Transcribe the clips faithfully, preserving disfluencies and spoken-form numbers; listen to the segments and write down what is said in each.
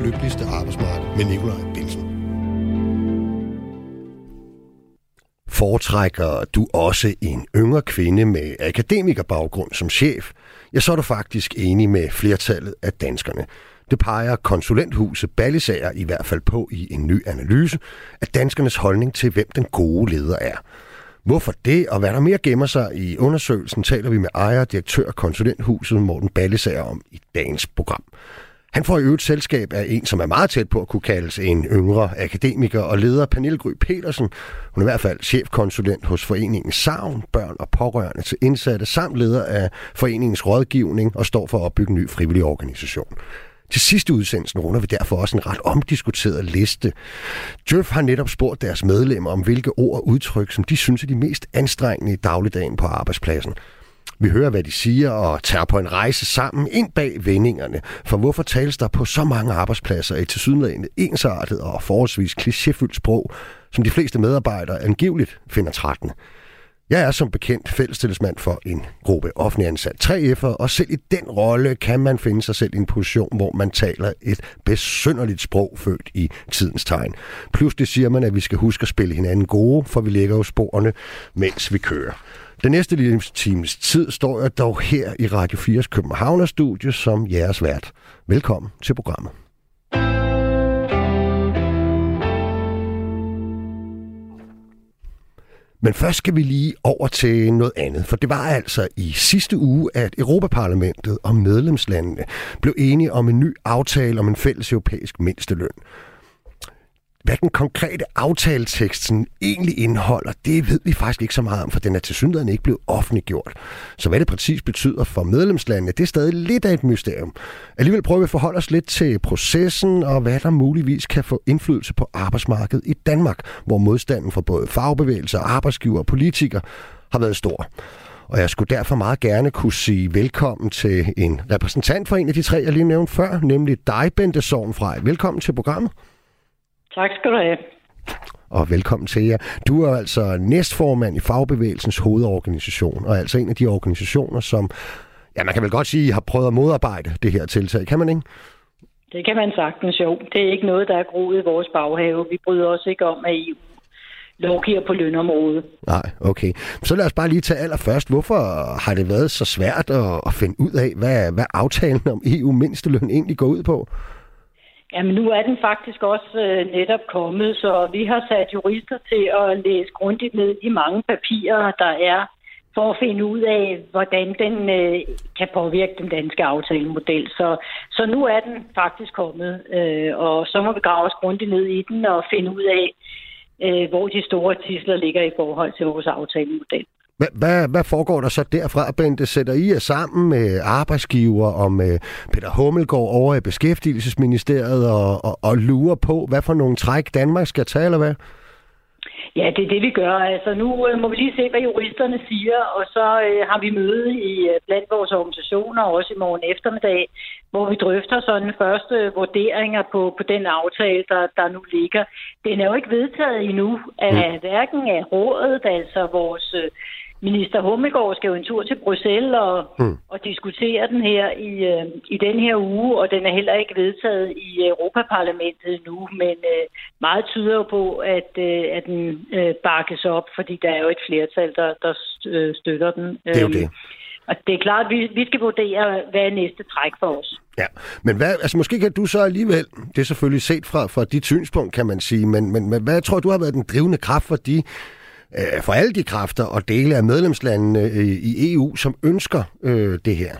lykkeligste arbejdsmarked med Nikolaj Bilsen. Foretrækker du også en yngre kvinde med akademikerbaggrund som chef, ja, så er du faktisk enig med flertallet af danskerne. Det peger konsulenthuset Ballisager i hvert fald på i en ny analyse af danskernes holdning til, hvem den gode leder er. Hvorfor det, og hvad der mere gemmer sig i undersøgelsen, taler vi med ejer og direktør af konsulenthuset Morten Ballisager om i dagens program. Han får i øvrigt selskab af en, som er meget tæt på at kunne kaldes en yngre akademiker og leder, Pernille Gry Petersen. Hun er i hvert fald chefkonsulent hos foreningen Savn, børn og pårørende til indsatte, samt leder af foreningens rådgivning og står for at opbygge en ny frivillig organisation. Til sidste udsendelsen runder vi derfor også en ret omdiskuteret liste. Djøf har netop spurgt deres medlemmer om, hvilke ord og udtryk, som de synes er de mest anstrengende i dagligdagen på arbejdspladsen. Vi hører, hvad de siger, og tager på en rejse sammen ind bag vendingerne. For hvorfor tales der på så mange arbejdspladser et tilsyneladende ensartet og forholdsvis klichéfyldt sprog, som de fleste medarbejdere angiveligt finder trættende? Jeg er som bekendt fællestillidsmand for en gruppe offentlig ansat tre F'er, og selv i den rolle kan man finde sig selv i en position, hvor man taler et besynderligt sprog født i tidens tegn. Pludselig siger man, at vi skal huske at spille hinanden gode, for vi lægger jo sporene, mens vi kører. Den næste lille times tid står jeg dog her i Radio fires Københavner-studie som jeres vært. Velkommen til programmet. Men først skal vi lige over til noget andet, for det var altså i sidste uge, at Europaparlamentet og medlemslandene blev enige om en ny aftale om en fælles europæisk mindsteløn. Hvad den konkrete aftaleteksten egentlig indeholder, det ved vi faktisk ikke så meget om, for den er tilsyneladende ikke blevet offentliggjort. Så hvad det præcis betyder for medlemslandene, det er stadig lidt af et mysterium. Alligevel prøver vi at forholde os lidt til processen, og hvad der muligvis kan få indflydelse på arbejdsmarkedet i Danmark, hvor modstanden fra både fagbevægelser, arbejdsgiver og politikere har været stor. Og jeg skulle derfor meget gerne kunne sige velkommen til en repræsentant for en af de tre, jeg lige nævnte før, nemlig dig, Bente Sorgenfrey. Velkommen til programmet. Tak skal du have. Og velkommen til jer. Du er altså næstformand i Fagbevægelsens hovedorganisation, og altså en af de organisationer, som, ja, man kan vel godt sige, har prøvet at modarbejde det her tiltag. Kan man ikke? Det kan man sagtens, jo. Det er ikke noget, der er groet i vores baghave. Vi bryder os ikke om, at E U lovgiver på lønområdet. Nej, okay. Så lad os bare lige tage allerførst. Hvorfor har det været så svært at, at finde ud af, hvad, hvad aftalen om E U-mindsteløn egentlig går ud på? Jamen, nu er den faktisk også øh, netop kommet, så vi har sat jurister til at læse grundigt ned i mange papirer, der er, for at finde ud af, hvordan den øh, kan påvirke den danske aftalemodel. Så, så nu er den faktisk kommet, øh, og så må vi grave os grundigt ned i den og finde ud af, øh, hvor de store tidsler ligger i forhold til vores aftalemodel. Hvad, hvad, hvad foregår der så derfra, Bente? Sætter I jer sammen med arbejdsgiver og med Peter Hummelgaard over i Beskæftigelsesministeriet og, og, og lurer på, hvad for nogle træk Danmark skal tage, eller hvad? Ja, det er det, vi gør. Altså, nu øh, må vi lige se, hvad juristerne siger, og så øh, har vi møde i øh, blandt vores organisationer, også i morgen eftermiddag, hvor vi drøfter sådan første vurderinger på, på den aftale, der, der nu ligger. Den er jo ikke vedtaget endnu af mm. hverken af rådet, altså vores øh, minister Hummelgaard skal jo en tur til Bruxelles og, mm. og diskutere den her i, øh, i den her uge, og den er heller ikke vedtaget i Europaparlamentet nu, men øh, meget tyder jo på, at, øh, at den øh, bakkes op, fordi der er jo et flertal, der, der støtter den. Det er jo det. Og det er klart, at vi, vi skal vurdere, hvad er næste træk for os. Ja, men hvad, altså måske kan du så alligevel, det er selvfølgelig set fra, fra dit synspunkt, kan man sige, men, men, men hvad tror du har været den drivende kraft for de for alle de kræfter og dele af medlemslandene i E U, som ønsker øh, det her?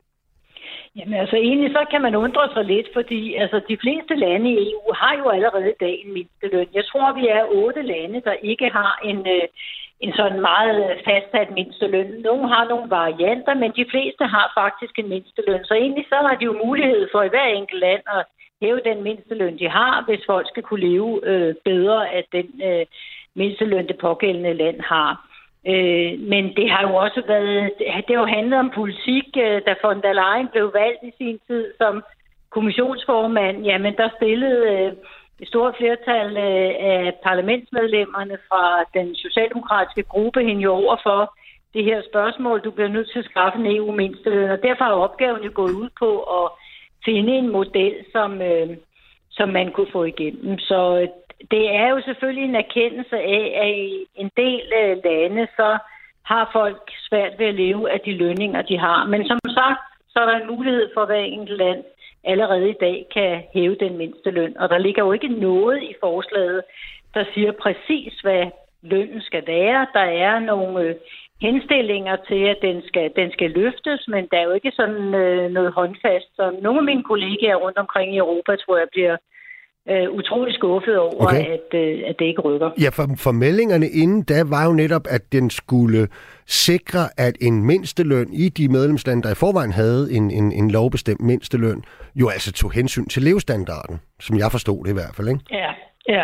Jamen altså egentlig så kan man undre sig lidt, fordi altså, de fleste lande i E U har jo allerede i dag en mindsteløn. Jeg tror, vi er otte lande, der ikke har en, øh, en sådan meget fastsat mindsteløn. Nogle har nogle varianter, men de fleste har faktisk en mindsteløn. Så egentlig så har de jo mulighed for i hver enkelt land at hæve den mindsteløn, de har, hvis folk skal kunne leve øh, bedre af den øh, mindsteløn, det pågældende land har. Øh, men det har jo også været, det har jo handlet om politik, øh, da von der Leyen blev valgt i sin tid som kommissionsformand, jamen der stillede øh, et stort flertal øh, af parlamentsmedlemmerne fra den socialdemokratiske gruppe hende jo over for det her spørgsmål, du bliver nødt til at skaffe en E U-mindsteløn, og derfor har opgaven jo gået ud på at finde en model, som, øh, som man kunne få igennem. Så det er jo selvfølgelig en erkendelse af, at i en del lande, så har folk svært ved at leve af de lønninger, de har. Men som sagt, så er der en mulighed for, at hver enkelt land allerede i dag kan hæve den mindste løn. Og der ligger jo ikke noget i forslaget, der siger præcis, hvad lønnen skal være. Der er nogle henstillinger til, at den skal, den skal løftes, men der er jo ikke sådan øh, noget håndfast. Så nogle af mine kollegaer rundt omkring i Europa, tror jeg, bliver øh, utrolig skuffet over, okay. at, øh, at det ikke rykker. Ja, for, for meldingerne inden da var jo netop, at den skulle sikre, at en mindsteløn i de medlemslande, der i forvejen havde en, en, en lovbestemt mindsteløn, jo altså tog hensyn til levestandarden, som jeg forstod det i hvert fald, ikke? Ja, ja.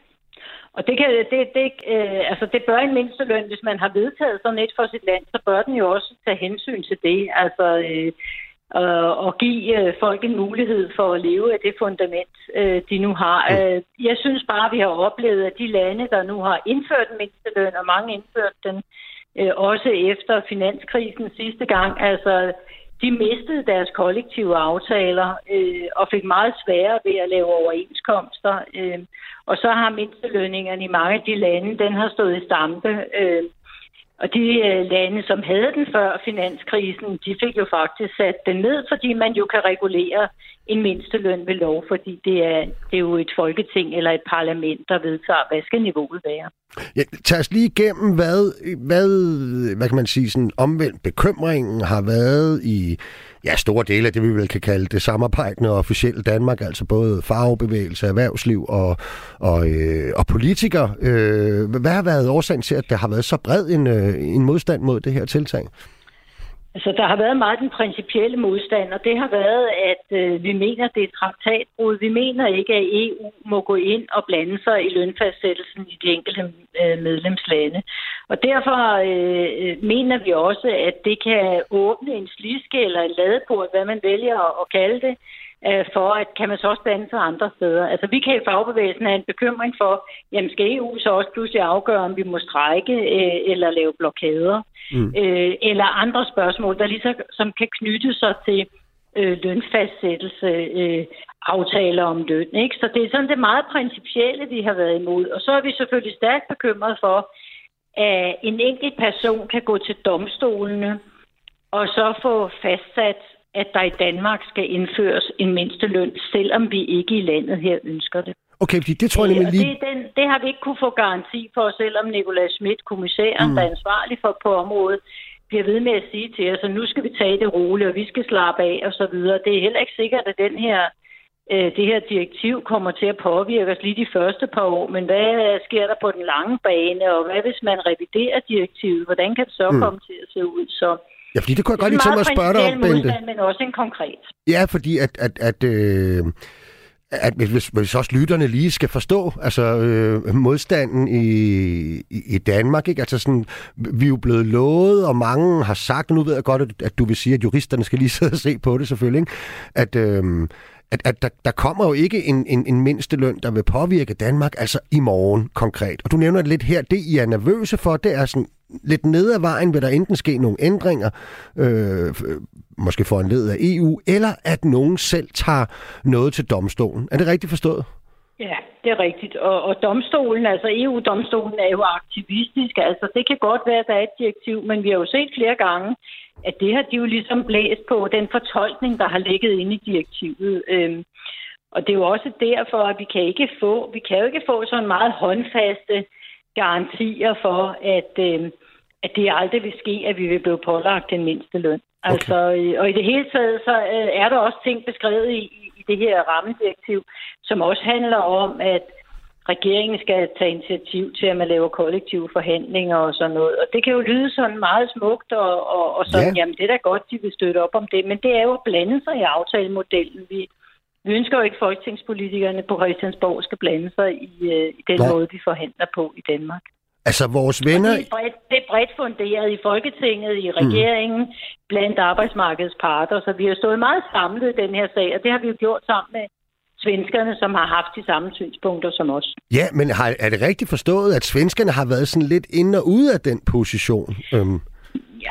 Og det, kan, det, det, øh, altså det bør en mindsteløn, hvis man har vedtaget sådan et for sit land, så bør den jo også tage hensyn til det. Altså øh, øh, og give øh, folk en mulighed for at leve af det fundament, øh, de nu har. Øh, jeg synes bare, vi har oplevet, at de lande, der nu har indført en mindsteløn, og mange indført den, øh, også efter finanskrisen sidste gang, altså de mistede deres kollektive aftaler øh, og fik meget sværere ved at lave overenskomster. Øh, og så har mindstelønningerne i mange af de lande, den har stået i stampe. Øh, og de øh, lande, som havde den før finanskrisen, de fik jo faktisk sat den ned, fordi man jo kan regulere en mindsteløn ved lov, fordi det er, det er jo et folketing eller et parlament, der vedtager, hvad skal niveauet være. Ja, tag os lige igennem, hvad, hvad, hvad kan man sige, sådan omvendt bekymringen har været i ja, store dele af det, vi vel kan kalde det samarbejdende og officielle Danmark, altså både fagbevægelse, erhvervsliv og, og, øh, og politikere. Øh, hvad har været årsagen til, at der har været så bred en, øh, en modstand mod det her tiltag? Altså, der har været meget den principielle modstand, og det har været, at øh, vi mener, det er et traktatbrud. Vi mener ikke, at E U må gå ind og blande sig i lønfastsættelsen i de enkelte øh, medlemslande. Og derfor øh, mener vi også, at det kan åbne en sliske eller en ladeport, hvad man vælger at kalde det, øh, for at kan man så også blande sig andre steder. Altså, vi kan i fagbevægelsen have en bekymring for, jamen skal E U så også pludselig afgøre, om vi må strejke øh, eller lave blokader? Mm. Øh, eller andre spørgsmål, der ligesom som kan knytte sig til øh, lønfastsættelse, øh, aftaler om løn. Ikke? Så det er sådan det meget principielle, vi har været imod. Og så er vi selvfølgelig stærkt bekymret for, at en enkelt person kan gå til domstolene og så få fastsat, at der i Danmark skal indføres en mindsteløn, selvom vi ikke i landet her ønsker det. Okay, fordi det tror jeg nemlig lige... Det, den, det har vi ikke kunne få garanti for, selvom Nicolai Schmidt, kommissæren, mm. der er ansvarlig for på området, bliver ved med at sige til os, at nu skal vi tage det roligt, og vi skal slappe af og så videre. Det er heller ikke sikkert, at den her, øh, det her direktiv kommer til at påvirke os lige de første par år, men hvad sker der på den lange bane, og hvad hvis man reviderer direktivet? Hvordan kan det så mm. komme til at se ud? Så ja, fordi det kunne jeg godt lige tænke mig at spørge dig om, Bente. Men også en konkret. Ja, fordi at... at, at øh... at hvis, hvis også lytterne lige skal forstå altså øh, modstanden i, i, i Danmark, ikke? Altså sådan, vi er jo blevet lovet, og mange har sagt, nu ved jeg godt, at, at du vil sige, at juristerne skal lige sidde og se på det selvfølgelig, ikke? At, øh, at, at der, der kommer jo ikke en, en, en mindsteløn, der vil påvirke Danmark, altså i morgen konkret. Og du nævner det lidt her, det I er nervøse for, det er sådan lidt ned ad vejen, vil der enten ske nogle ændringer, øh, måske foranledet af E U, eller at nogen selv tager noget til domstolen. Er det rigtigt forstået? Ja, det er rigtigt. Og, og domstolen, altså E U-domstolen er jo aktivistisk. Altså det kan godt være, at der er et direktiv, men vi har jo set flere gange, at det har de jo ligesom blæst på den fortolkning, der har ligget inde i direktivet. Øhm, og det er jo også derfor, at vi kan ikke få, vi kan jo ikke få sådan meget håndfaste garantier for, at, øh, at det aldrig vil ske, at vi vil blive pålagt den mindste løn. Okay. Altså, og i det hele taget, så øh, er der også ting beskrevet i, i det her rammedirektiv, som også handler om, at regeringen skal tage initiativ til, at man laver kollektive forhandlinger og sådan noget. Og det kan jo lyde sådan meget smukt, og, og, og sådan, yeah. jamen det er da godt, de vil støtte op om det, men det er jo at blande sig i aftalemodellen. Vi, vi ønsker jo ikke, at folketingspolitikerne på Christiansborg skal blande sig i, øh, i den Nej. måde, vi forhandler på i Danmark. Altså vores venner... Det er, bredt, det er bredt funderet i Folketinget, i regeringen, mm. blandt arbejdsmarkedets parter, så vi har stået meget samlet i den her sag, og det har vi jo gjort sammen med svenskerne, som har haft de samme synspunkter som os. Ja, men har, er det rigtigt forstået, at svenskerne har været sådan lidt inde og ude af den position? Øhm. Ja,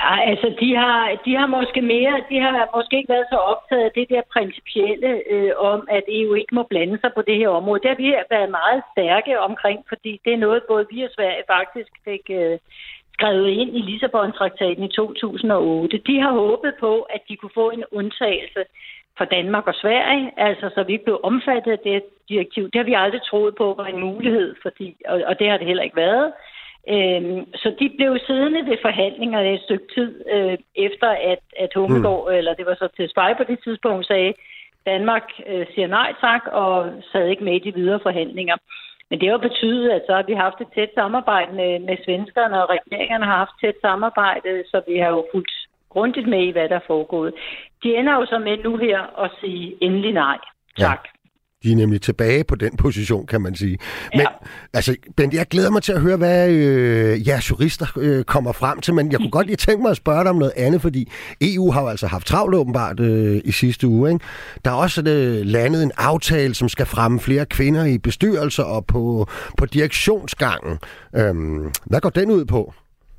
Ja, altså de har, de har måske mere, de har måske ikke været så optaget af det der principielle øh, om, at E U ikke må blande sig på det her område. Det har vi været meget stærke omkring, fordi det er noget, både vi og Sverige faktisk fik øh, skrevet ind i Lissabon-traktaten i to tusind og otte. De har håbet på, at de kunne få en undtagelse for Danmark og Sverige, altså så vi blev omfattet af det direktiv. Det har vi aldrig troet på var en mulighed, fordi, og, og det har det heller ikke været. Øhm, så de blev siddende ved forhandlingerne et stykke tid øh, efter, at, at Hummelgaard, mm. eller det var så til Spej på det tidspunkt, sagde, Danmark øh, siger nej tak, og sad ikke med i de videre forhandlinger. Men det har betydet, at så har vi haft et tæt samarbejde med, med svenskerne, og regeringerne har haft tæt samarbejde, så vi har jo fulgt grundigt med i, hvad der er foregået. De ender jo så med nu her at sige endelig nej. Tak. Ja. De er nemlig tilbage på den position, kan man sige. Men ja. altså, Bente, jeg glæder mig til at høre, hvad øh, jeres jurister øh, kommer frem til, men jeg kunne godt lige tænke mig at spørge dig om noget andet, fordi E U har jo altså haft travlt åbenbart øh, i sidste uge. Ikke? Der er også øh, landet en aftale, som skal fremme flere kvinder i bestyrelser og på, på direktionsgangen. Øhm, hvad går den ud på?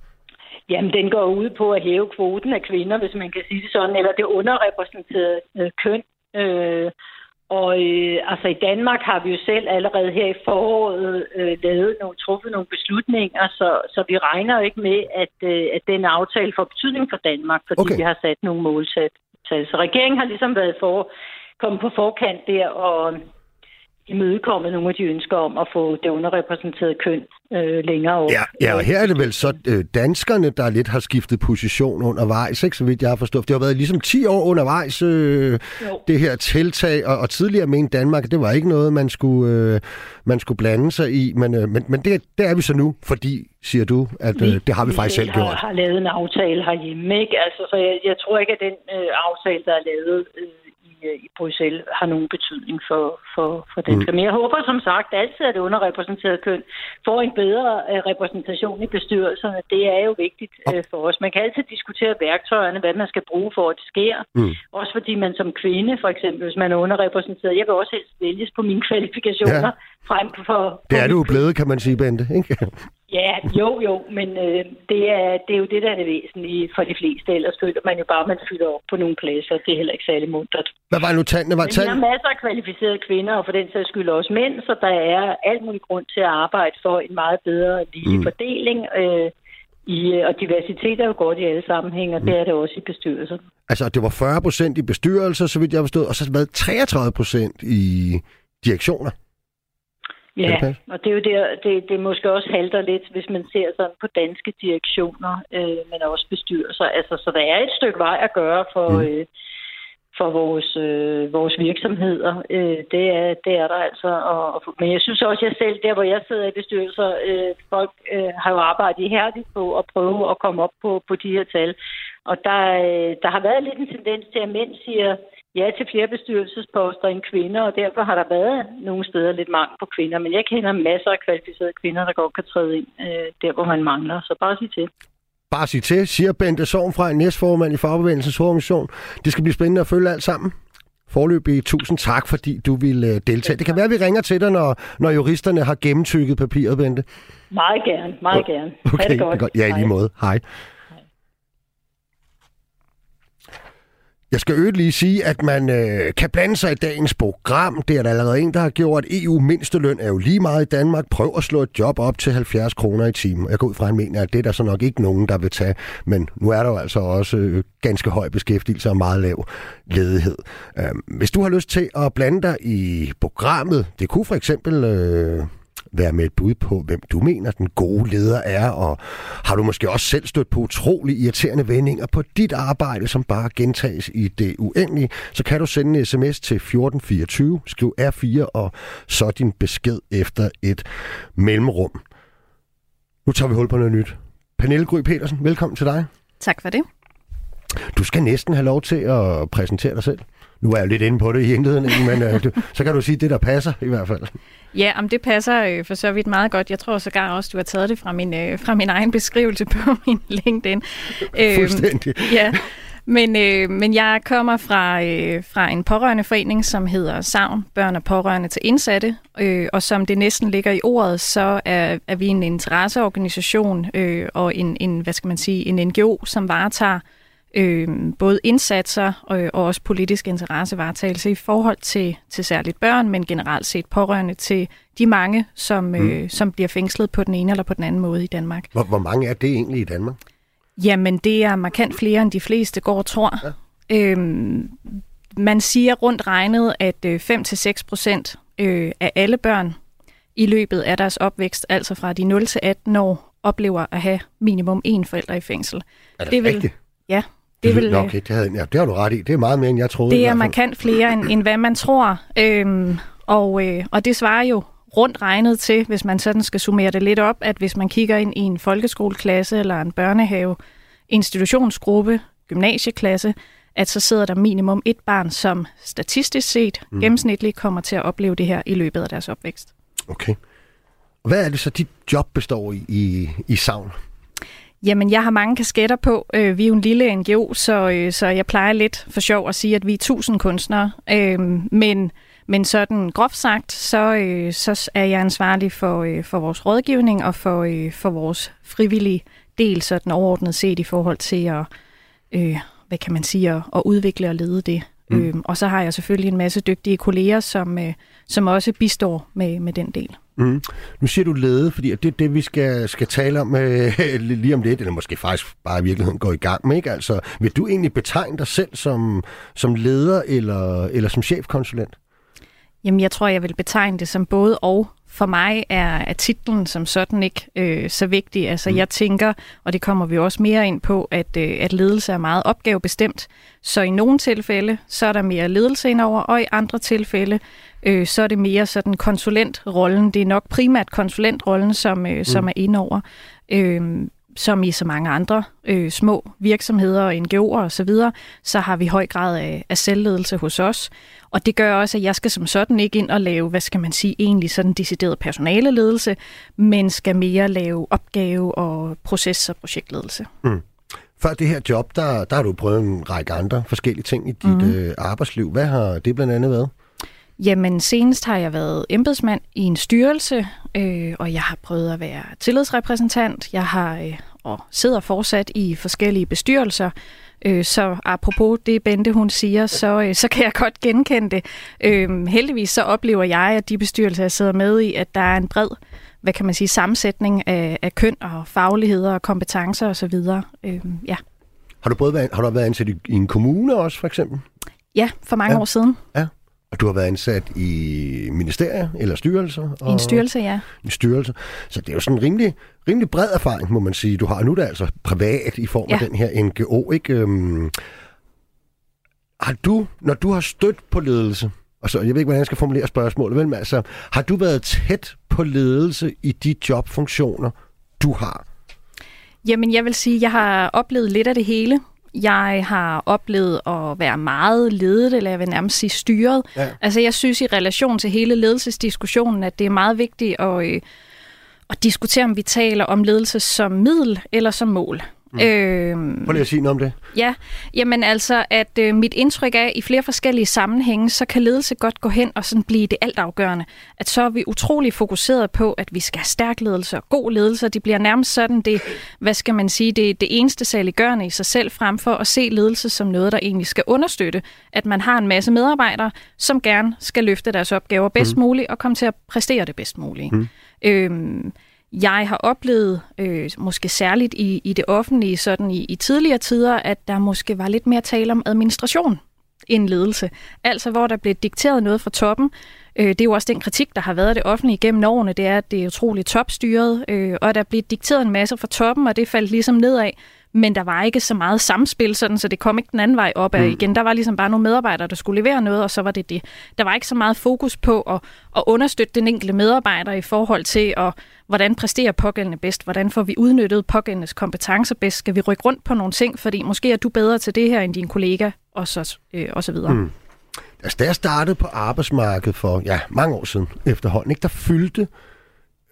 Jamen, den går ud på at hæve kvoten af kvinder, hvis man kan sige det sådan, eller det underrepræsenterede øh, køn. Øh, Og øh, altså i Danmark har vi jo selv allerede her i foråret øh, lavet nogle, truffet nogle beslutninger, så, så vi regner jo ikke med, at, øh, at den aftale får betydning for Danmark, fordi okay. vi har sat nogle måltal. Så regeringen har ligesom været for, kommet på forkant der og imødekommet nogle af de ønsker om at få det underrepræsenterede køn øh, længere over. Ja, ja, og her er det vel så øh, danskerne, der lidt har skiftet position undervejs, ikke? Så vidt jeg har forstået. Det har været ligesom ti år undervejs, øh, det her tiltag, og, og tidligere mente Danmark, det var ikke noget, man skulle, øh, man skulle blande sig i, men, øh, men, men det, det er vi så nu, fordi, siger du, at øh, det har vi, vi faktisk selv gjort. Vi har, har lavet en aftale herhjemme, ikke? Altså, så jeg, jeg tror ikke, at den øh, aftale, der er lavet øh, i Bruxelles, har nogen betydning for, for, for danskere. Mm. Men jeg håber som sagt altid, at det underrepræsenterede køn får en bedre uh, repræsentation i bestyrelserne. Det er jo vigtigt uh, for os. Man kan altid diskutere værktøjerne, hvad man skal bruge for, at det sker. Mm. Også fordi man som kvinde, for eksempel, hvis man er underrepræsenteret, jeg vil også helst vælges på mine kvalifikationer. Ja. Frem for, det er du jo blevet, kan man sige, Bente, ikke? Ja, jo, jo, men øh, det, er, det er jo det, der er det væsentlige for de fleste. Ellers føler man jo bare, at man fylder op på nogle pladser. Det er heller ikke særlig muntert. Hvad var nu tallene? Var tallene? Vi har masser af kvalificerede kvinder, og for den sags skyld også mænd, så der er alt muligt grund til at arbejde for en meget bedre lige mm. fordeling. Øh, i, og diversitet er jo godt i alle sammenhænge, og mm. det er det også i bestyrelser. Altså, det var fyrre procent i bestyrelser, så vidt jeg har forstået, og så har det været treogtredive procent i direktioner. Ja, og det er jo der, det, det måske også halter lidt, hvis man ser sådan på danske direktioner, øh, men også bestyrelser. Altså, så der er et stykke vej at gøre for, mm. øh, for vores, øh, vores virksomheder. Øh, det, er, det er der altså. Og, og, men jeg synes også, jeg selv, der hvor jeg sidder i bestyrelser, øh, folk øh, har jo arbejdet ihærdigt på at prøve at komme op på, på de her tal. Og der, øh, der har været lidt en tendens til, at mænd siger ja til flere bestyrelsesposter end kvinder, og derfor har der været nogle steder lidt mangel på kvinder. Men jeg kender masser af kvalificerede kvinder, der godt kan træde ind øh, der, hvor man mangler. Så bare sig til. Bare sig til, siger Bente Sorgenfrey, næstformand i Fagbevægelsens Hovedorganisation. Det skal blive spændende at følge alt sammen. Foreløbig tusind tak, fordi du vil deltage. Det kan være, at vi ringer til dig, når, når juristerne har gennemtykket papiret, Bente. Meget gerne, meget gerne. Okay, ha' det godt. godt. Ja, i lige måde. Hej. Jeg skal øvrigt lige sige, at man øh, kan blande sig i dagens program. Det er der allerede en, der har gjort. E U-mindsteløn er jo lige meget i Danmark. Prøv at slå et job op til halvfjerds kroner i timen. Jeg går ud fra, at han mener, at det er der så nok ikke nogen, der vil tage. Men nu er der jo altså også øh, ganske høj beskæftigelse og meget lav ledighed. Øh, hvis du har lyst til at blande dig i programmet, det kunne for eksempel Øh, være med et bud på, hvem du mener, den gode leder er, og har du måske også selv stødt på utrolig irriterende vendinger på dit arbejde, som bare gentages i det uendelige, så kan du sende en sms til fjorten fireogtyve, skriv R fire, og så din besked efter et mellemrum. Nu tager vi hul på noget nyt. Pernille Gry Petersen, velkommen til dig. Tak for det. Du skal næsten have lov til at præsentere dig selv. Nu er jeg jo lidt inde på det i indledningen, men øh, du, så kan du sige det, der passer i hvert fald. Ja, om det passer øh, for så vidt meget godt. Jeg tror sågar også, du har taget det fra min, øh, fra min egen beskrivelse på min LinkedIn. Fuldstændig. Øh, ja. Men, øh, men jeg kommer fra, øh, fra en pårørendeforening, som hedder Savn, Børn og Pårørende til Indsatte, øh, og som det næsten ligger i ordet, så er, er vi en interesseorganisation øh, og en, en, hvad skal man sige, en N G O, som varetager øh, både indsatser og, og også politisk interessevaretagelse i forhold til, til særligt børn, men generelt set pårørende til de mange, som, mm. øh, som bliver fængslet på den ene eller på den anden måde i Danmark. Hvor, hvor mange er det egentlig i Danmark? Jamen, det er markant flere, end de fleste går og tror. Ja. Øhm, man siger rundt regnet, at fem til seks procent øh, af alle børn i løbet af deres opvækst, altså fra de nul til atten år, oplever at have minimum én forælder i fængsel. Er det, det rigtigt? Vil, ja. Det, vil, okay, det, havde, ja, det har du ret i. Det er meget mere, end jeg troede. Det er markant flere, end, end hvad man tror. Øhm, og, øh, og det svarer jo rundt regnet til, hvis man sådan skal summere det lidt op, at hvis man kigger ind i en folkeskoleklasse eller en børnehave, institutionsgruppe, gymnasieklasse, at så sidder der minimum et barn, som statistisk set mm. gennemsnitligt kommer til at opleve det her i løbet af deres opvækst. Okay. Hvad er det så, dit job består i i, i Savn? Jamen, jeg har mange kasketter på. Vi er jo en lille N G O, så, så jeg plejer lidt for sjov at sige, at vi er tusind kunstnere. Men Men sådan groft sagt, så, øh, så er jeg ansvarlig for, øh, for vores rådgivning og for, øh, for vores frivillige del, sådan overordnet set i forhold til at, øh, hvad kan man sige, at, at udvikle og lede det. Mm. Øhm, og så har jeg selvfølgelig en masse dygtige kolleger, som, øh, som også bistår med, med den del. Mm. Nu siger du lede, fordi det er det, vi skal, skal tale om øh, lige om lidt, eller måske faktisk bare i virkeligheden gå i gang med, ikke? Altså, vil du egentlig betegne dig selv som, som leder eller, eller som chefkonsulent? Jamen, jeg tror, jeg vil betegne det som både og. For mig er, er titlen som sådan ikke øh, så vigtig. Altså, mm. jeg tænker, og det kommer vi også mere ind på, at, øh, at ledelse er meget opgavebestemt. Så i nogle tilfælde, så er der mere ledelse indover, og i andre tilfælde, øh, så er det mere sådan konsulentrollen. Det er nok primært konsulentrollen, som, øh, mm. som er indover. Øh, som i så mange andre øh, små virksomheder og N G O'er og så videre, så har vi høj grad af, af selvledelse hos os. Og det gør også, at jeg skal som sådan ikke ind og lave, hvad skal man sige, egentlig sådan decideret personaleledelse, men skal mere lave opgave- og proces- og projektledelse. Mm. Før det her job, der, der har du prøvet en række andre forskellige ting i dit mm. øh, arbejdsliv. Hvad har det blandt andet været? Jamen, senest har jeg været embedsmand i en styrelse, øh, og jeg har prøvet at være tillidsrepræsentant. Jeg har øh, og sidder fortsat i forskellige bestyrelser. Øh, så apropos det, Bente hun siger, så, øh, så kan jeg godt genkende det. Øh, heldigvis så oplever jeg, at de bestyrelser, jeg sidder med i, at der er en bred, hvad kan man sige, sammensætning af, af køn og fagligheder og kompetencer osv. Øh, ja. Har du både været, har du været ansat i, i en kommune også, for eksempel? Ja, for mange ja. år siden. Ja. Og du har været ansat i ministerier eller styrelser? Og I en styrelse, ja. En styrelse. Så det er jo sådan en rimelig, rimelig bred erfaring, må man sige. Du har nu er det altså privat i form af ja. den her N G O, ikke? Øhm, har du, når du har stødt på ledelse, og så, jeg ved ikke, hvordan jeg skal formulere spørgsmålet, men altså, har du været tæt på ledelse i de jobfunktioner, du har? Jamen, jeg vil sige, at jeg har oplevet lidt af det hele. Jeg har oplevet at være meget ledet, eller jeg vil nærmest sige styret. Ja. Altså, jeg synes i relation til hele ledelsesdiskussionen, at det er meget vigtigt at, øh, at diskutere, om vi taler om ledelse som middel eller som mål. Mm. Øhm, Prøv lige at sige noget om det. Ja, jamen altså, at øh, mit indtryk er, at i flere forskellige sammenhænge, så kan ledelse godt gå hen og sådan blive det altafgørende. At så er vi utrolig fokuseret på, at vi skal have stærk ledelse og god ledelse. Det bliver nærmest sådan det, hvad skal man sige, det, det eneste saliggørende i sig selv, frem for at se ledelse som noget, der egentlig skal understøtte, at man har en masse medarbejdere, som gerne skal løfte deres opgaver bedst mm. muligt og komme til at præstere det bedst muligt. Mm. Øhm, Jeg har oplevet, øh, måske særligt i, i det offentlige, sådan i, i tidligere tider, at der måske var lidt mere tale om administration end ledelse. Altså, hvor der blev dikteret noget fra toppen. Øh, det er jo også den kritik, der har været af det offentlige gennem årene, det er, at det er utroligt topstyret, øh, og der blev dikteret en masse fra toppen, og det faldt ligesom nedad. Men der var ikke så meget samspil, sådan, så det kom ikke den anden vej op ad igen. Der var ligesom bare nogle medarbejdere, der skulle levere noget, og så var det det. Der var ikke så meget fokus på at, at understøtte den enkelte medarbejder i forhold til, at, hvordan præsterer pågældende bedst, hvordan får vi udnyttet pågældendes kompetencer bedst, skal vi rykke rundt på nogle ting, fordi måske er du bedre til det her end din kollega, og så, øh, og så videre. Mm. Altså, da jeg startede på arbejdsmarkedet for ja, mange år siden efterhånden, ikke, der fyldte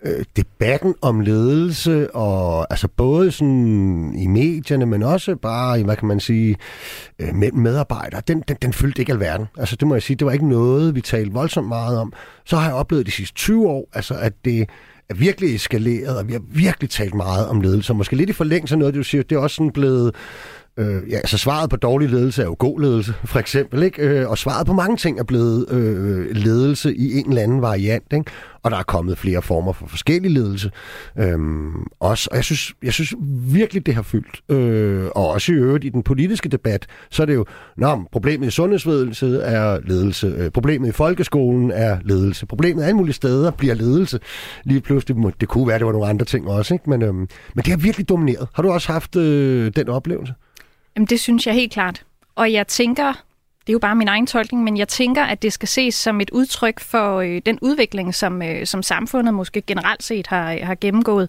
øh, debatten om ledelse, og altså både sådan i medierne, men også bare i, hvad kan man sige, øh, mellem medarbejdere, den, den, den fyldte ikke alverden. Altså det må jeg sige, det var ikke noget, vi talte voldsomt meget om. Så har jeg oplevet de sidste tyve år, altså at det er virkelig eskaleret, og vi har virkelig talt meget om ledelse. Og måske lidt i forlængelse af noget, du siger, det er også sådan blevet... Øh, ja, altså svaret på dårlig ledelse er jo god ledelse, for eksempel, ikke? Øh, og svaret på mange ting er blevet øh, ledelse i en eller anden variant, ikke? Og der er kommet flere former for forskellig ledelse øhm, også. Og jeg synes, jeg synes virkelig, det har fyldt. Øh, og også i øvrigt i den politiske debat, så er det jo, nå, problemet i sundhedsvæsenet er ledelse. Øh, problemet i folkeskolen er ledelse. Problemet alle mulige steder bliver ledelse. Lige pludselig, det kunne være, det var nogle andre ting også, ikke? Men, øhm, men det har virkelig domineret. Har du også haft øh, den oplevelse? Jamen, det synes jeg helt klart. Og jeg tænker, det er jo bare min egen tolkning, men jeg tænker, at det skal ses som et udtryk for øh, den udvikling, som, øh, som samfundet måske generelt set har, har gennemgået.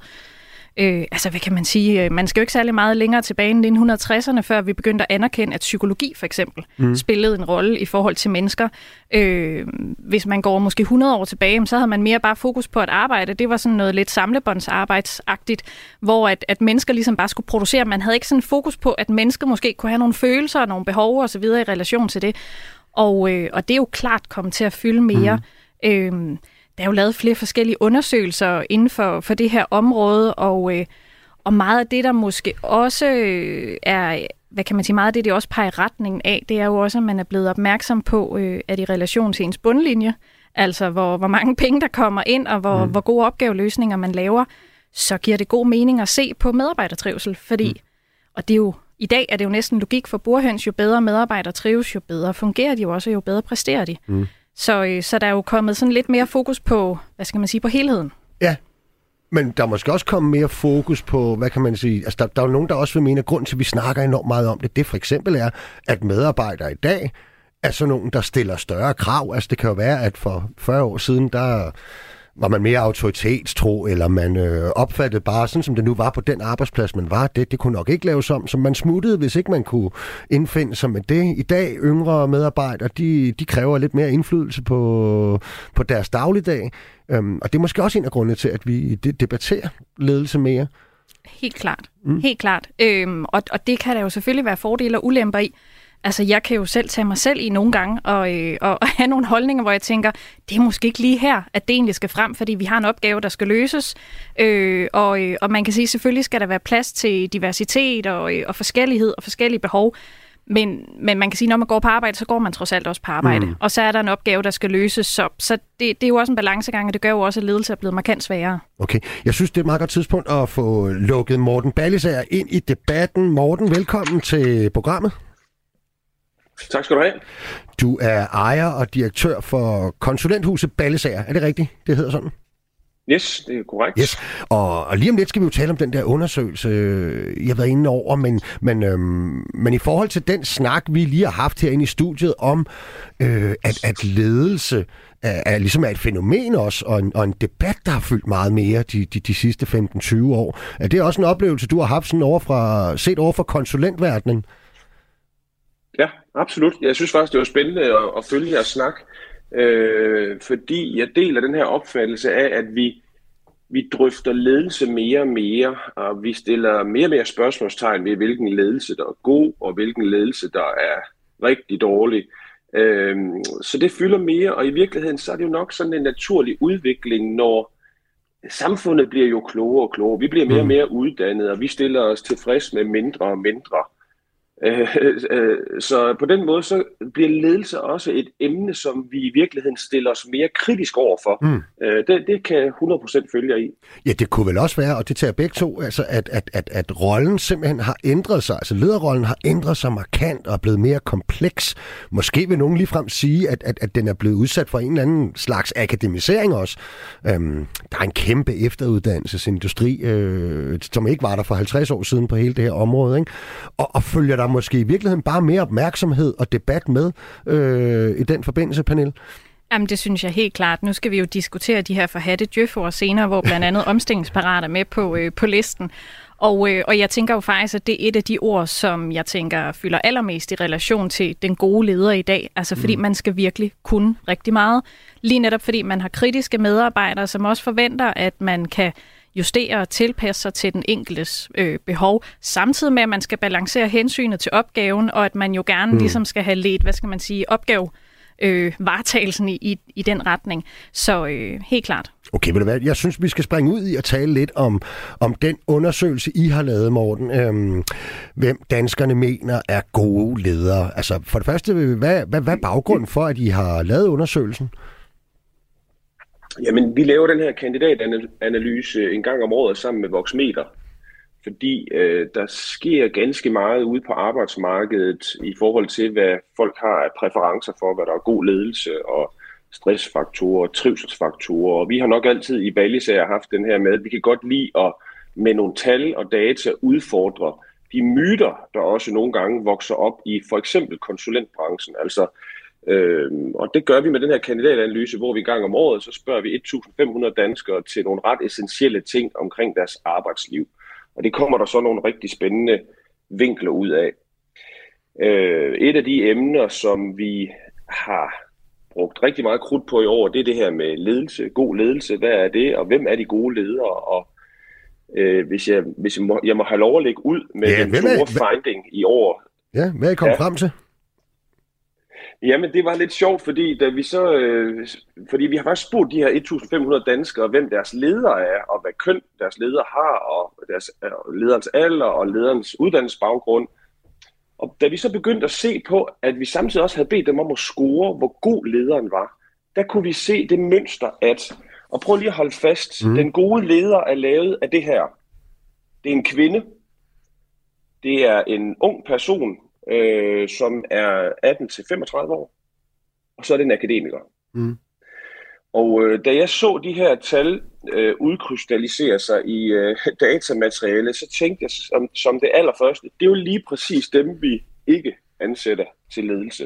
Øh, altså, hvad kan man sige? Man skal jo ikke særlig meget længere tilbage end nitten tresserne, før vi begyndte at anerkende, at psykologi for eksempel mm. spillede en rolle i forhold til mennesker. Øh, hvis man går måske hundrede år tilbage, så havde man mere bare fokus på at arbejde. Det var sådan noget lidt samlebåndsarbejdsagtigt, hvor at, at mennesker ligesom bare skulle producere. Man havde ikke sådan fokus på, at mennesker måske kunne have nogle følelser og nogle behov og så videre i relation til det. Og, øh, og det er jo klart kommet til at fylde mere. Mm. Øh, Der er jo lavet flere forskellige undersøgelser inden for, for det her område, og, øh, og meget af det, der måske også øh, er, hvad kan man sige, meget af det, det også peger i retningen af, det er jo også, at man er blevet opmærksom på, øh, at i relation til ens bundlinje, altså hvor, hvor mange penge, der kommer ind, og hvor, mm. hvor gode opgaveløsninger man laver, så giver det god mening at se på medarbejdertrivsel, fordi, mm. og det er jo, i dag er det jo næsten logik for burhøns, jo bedre medarbejdere trives, jo bedre fungerer de jo også, jo bedre præsterer de. Mm. Så, så der er jo kommet sådan lidt mere fokus på, hvad skal man sige, på helheden. Ja, men der er måske også kommet mere fokus på, hvad kan man sige, altså der, der er jo nogen, der også vil mene, at grunden til, at vi snakker enormt meget om det, det for eksempel er, at medarbejdere i dag er sådan nogen, der stiller større krav. Altså det kan jo være, at for fyrre år siden, der var man mere autoritetstro, eller man øh, opfattede bare, sådan som det nu var på den arbejdsplads, man var, det, det kunne nok ikke laves om, så man smuttede, hvis ikke man kunne indfinde sig med det. I dag, yngre medarbejdere, de, de kræver lidt mere indflydelse på, på deres dagligdag, øhm, og det er måske også en af grundene til, at vi debatterer ledelse mere. Helt klart, mm. helt klart. Øhm, og, og det kan der jo selvfølgelig være fordele og ulemper i. Altså, jeg kan jo selv tage mig selv i nogle gange og, øh, og, og have nogle holdninger, hvor jeg tænker, det er måske ikke lige her, at det egentlig skal frem, fordi vi har en opgave, der skal løses. Øh, og, øh, og man kan sige, selvfølgelig skal der være plads til diversitet og, øh, og forskellighed og forskellige behov. Men, men man kan sige, når man går på arbejde, så går man trods alt også på arbejde. Mm. Og så er der en opgave, der skal løses. Så, så det, det er jo også en balancegang, og det gør jo også, at ledelse er blevet markant sværere. Okay. Jeg synes, det er et meget godt tidspunkt at få lukket Morten Ballisager ind i debatten. Morten, velkommen til programmet. Tak skal du have. Du er ejer og direktør for konsulenthuset Ballisager. Er det rigtigt, det hedder sådan? Yes, det er korrekt. Yes. Og, og lige om lidt skal vi jo tale om den der undersøgelse, jeg har været inde over, men, men, øhm, men i forhold til den snak, vi lige har haft herinde i studiet om, øh, at, at ledelse er, er ligesom er et fænomen også, og en, og en debat, der har fyldt meget mere de, de, de sidste femten til tyve år. Er det også en oplevelse, du har haft sådan over fra, set over for konsulentverdenen? Ja, absolut. Jeg synes faktisk, det var spændende at, at følge jeres snak, øh, fordi jeg deler den her opfattelse af, at vi, vi drøfter ledelse mere og mere, og vi stiller mere og mere spørgsmålstegn ved, hvilken ledelse, der er god, og hvilken ledelse, der er rigtig dårlig. Øh, så det fylder mere, og i virkeligheden så er det jo nok sådan en naturlig udvikling, når samfundet bliver jo klogere og klogere. Vi bliver mere og mere uddannet, og vi stiller os tilfreds med mindre og mindre. Så på den måde så bliver ledelse også et emne, som vi i virkeligheden stiller os mere kritisk over for. Mm. Det, det kan hundrede procent følge i. Ja, det kunne vel også være, og det tager begge to, altså at, at, at, at rollen simpelthen har ændret sig. Altså lederrollen har ændret sig markant og er blevet mere kompleks. Måske vil nogen ligefrem sige, at, at, at den er blevet udsat for en eller anden slags akademisering også. Øhm, der er en kæmpe efteruddannelsesindustri, øh, som ikke var der for halvtreds år siden på hele det her område, ikke? Og, og følger der måske i virkeligheden bare mere opmærksomhed og debat med øh, i den forbindelse, Pernille? Jamen, det synes jeg helt klart. Nu skal vi jo diskutere de her forhatte djøf'ere senere, hvor blandt andet omstillingsparat er med på, øh, på listen. Og, øh, og jeg tænker jo faktisk, at det er et af de ord, som jeg tænker fylder allermest i relation til den gode leder i dag. Altså fordi mm. man skal virkelig kunne rigtig meget. Lige netop fordi man har kritiske medarbejdere, som også forventer, at man kan justere og tilpasse sig til den enkeltes øh, behov, samtidig med, at man skal balancere hensynet til opgaven, og at man jo gerne mm. ligesom skal have ledt, hvad skal man sige, opgave øh, varetagelsen i, i, i den retning. Så øh, helt klart. Okay, ved du hvad? Jeg synes, vi skal springe ud i at tale lidt om, om den undersøgelse, I har lavet, Morten. Øhm, hvem danskerne mener er gode ledere. Altså, for det første, hvad, hvad, hvad er baggrunden for, at I har lavet undersøgelsen? Jamen, vi laver den her kandidatanalyse en gang om året sammen med Voxmeter, fordi øh, der sker ganske meget ude på arbejdsmarkedet i forhold til, hvad folk har af præferencer for, hvad der er god ledelse og stressfaktorer, trivselsfaktorer. Og vi har nok altid i Ballisager haft den her med, at vi kan godt lide at med nogle tal og data udfordre de myter, der også nogle gange vokser op i for eksempel konsulentbranchen. Altså, øh, og det gør vi med den her kandidatanalyse, hvor vi en gang om året, så spørger vi tusind fem hundrede danskere til nogle ret essentielle ting omkring deres arbejdsliv. Og det kommer der så nogle rigtig spændende vinkler ud af. Øh, et af de emner, som vi har brugt rigtig meget krudt på i år, det er det her med ledelse, god ledelse. Hvad er det, og hvem er de gode ledere? Og øh, hvis, jeg, hvis jeg, må, jeg må have lov at lægge ud med ja, den store er, finding i år. Ja, hvad er I kommet ja. frem til? Jamen, det var lidt sjovt, fordi da vi så, øh, fordi vi har faktisk spurgt de her tusind fem hundrede danskere, hvem deres ledere er, og hvad køn deres ledere har, og deres, øh, lederens alder og lederens uddannelsesbaggrund. Og da vi så begyndte at se på, at vi samtidig også havde bedt dem om at score, hvor god lederen var, der kunne vi se det mønster, at, og prøv lige at holde fast, mm. den gode leder er lavet af det her. Det er en kvinde, det er en ung person, øh, som er atten til femogtredive år, og så er det en akademiker. Mm. Og øh, da jeg så de her tal øh, udkrystallisere sig i øh, datamateriale, så tænkte jeg som, som det allerførste, det er jo lige præcis dem, vi ikke ansætter til ledelse.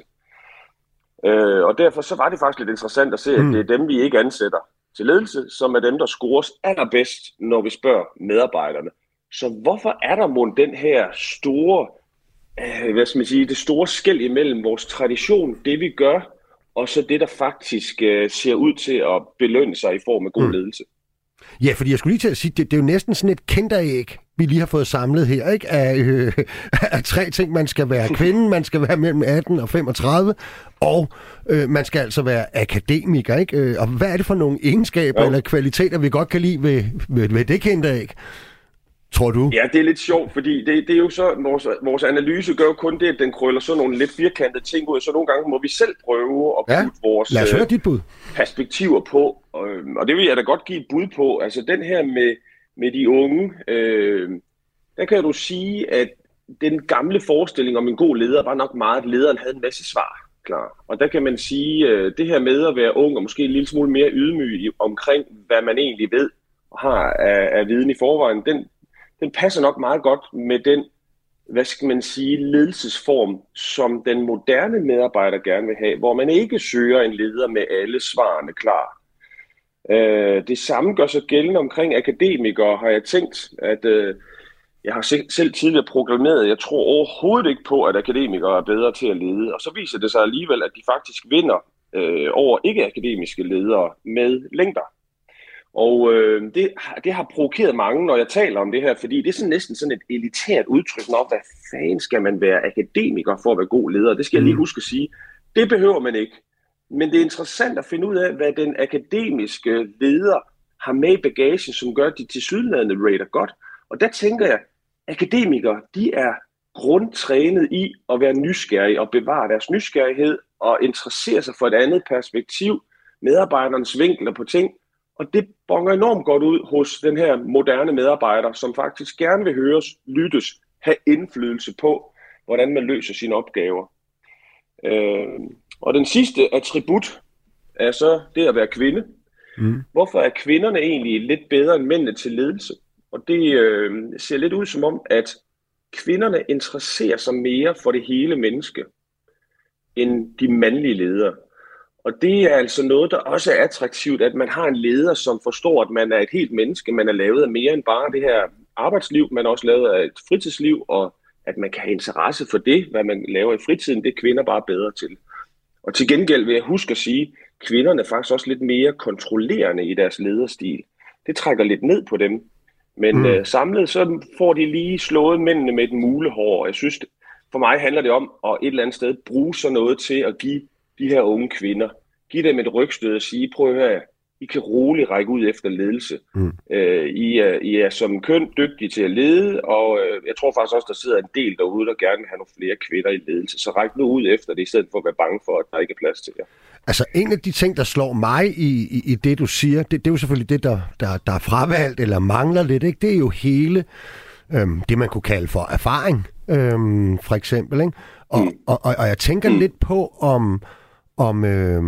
Øh, og derfor så var det faktisk lidt interessant at se, at det er dem, vi ikke ansætter til ledelse, som er dem, der scores allerbedst, når vi spørger medarbejderne. Så hvorfor er der mon den her store, øh, hvad skal man sige, det store skel imellem vores tradition, det vi gør, og så det, der faktisk øh, ser ud til at belønne sig i form af god mm. ledelse. Ja, fordi jeg skulle lige til at sige, det, det er jo næsten sådan et kinderæg, vi lige har fået samlet her, ikke? Af, øh, af tre ting. Man skal være kvinde, man skal være mellem atten og femogtredive, og øh, man skal altså være akademiker, ikke? Og hvad er det for nogle egenskaber jo. eller kvaliteter, vi godt kan lide ved, ved, ved det kinderæg? Tror du? Ja, det er lidt sjovt, fordi det, det er jo så, vores, vores analyse gør jo kun det, at den krøller sådan nogle lidt firkantede ting ud, så nogle gange må vi selv prøve at putte ja, vores lad os høre dit bud. perspektiver på, og, og det vil jeg da godt give et bud på. Altså den her med, med de unge, øh, der kan du sige, at den gamle forestilling om en god leder var nok meget, at lederen havde en masse svar klar. Og der kan man sige, at det her med at være ung og måske en lille smule mere ydmyg omkring, hvad man egentlig ved og har af, af viden i forvejen, den Den passer nok meget godt med den, hvad skal man sige, ledelsesform, som den moderne medarbejder gerne vil have, hvor man ikke søger en leder med alle svarene klar. Øh, det samme gør sig gældende omkring akademikere, har jeg tænkt, at øh, jeg har selv tidligere proklameret, at jeg tror overhovedet ikke på, at akademikere er bedre til at lede, og så viser det sig alligevel, at de faktisk vinder øh, over ikke-akademiske ledere med længder. Og øh, det, det har provokeret mange, når jeg taler om det her, fordi det er sådan næsten sådan et elitært udtryk, når hvad fanden skal man være akademiker for at være god leder? Det skal jeg lige huske at sige. Det behøver man ikke. Men det er interessant at finde ud af, hvad den akademiske leder har med i bagagen, som gør, at de tilsyneladende rater godt. Og der tænker jeg, akademikere, de er grundtrænet i at være nysgerrige og bevare deres nysgerrighed og interessere sig for et andet perspektiv, medarbejdernes vinkler på ting. Og det bonger enormt godt ud hos den her moderne medarbejder, som faktisk gerne vil høres, lyttes, have indflydelse på, hvordan man løser sine opgaver. Øh, og den sidste attribut er så det at være kvinde. Mm. Hvorfor er kvinderne egentlig lidt bedre end mændene til ledelse? Og det øh, ser lidt ud som om, at kvinderne interesserer sig mere for det hele menneske, end de mandlige ledere. Og det er altså noget, der også er attraktivt, at man har en leder, som forstår, at man er et helt menneske, man er lavet af mere end bare det her arbejdsliv, men også lavet af et fritidsliv, og at man kan have interesse for det, hvad man laver i fritiden, det er kvinder bare bedre til. Og til gengæld vil jeg huske at sige, at kvinderne er faktisk også lidt mere kontrollerende i deres lederstil. Det trækker lidt ned på dem. Men mm. øh, samlet så får de lige slået mændene med et mulehår. Jeg synes, for mig handler det om at et eller andet sted bruge sådan noget til at give de her unge kvinder, give dem et rygstød og sige, prøv at høre, I kan roligt række ud efter ledelse. Mm. Øh, I, er, I er som køn dygtige til at lede, og øh, jeg tror faktisk også, der sidder en del derude, der gerne vil have nogle flere kvinder i ledelse. Så ræk nu ud efter det, i stedet for at være bange for, at der ikke er plads til jer. Altså en af de ting, der slår mig i, i, i det, du siger, det, det er jo selvfølgelig det, der, der, der er fravalgt eller mangler lidt. Ikke? Det er jo hele øhm, det, man kunne kalde for erfaring, øhm, for eksempel. Ikke? Og, mm. og, og, og jeg tænker mm. lidt på, om... om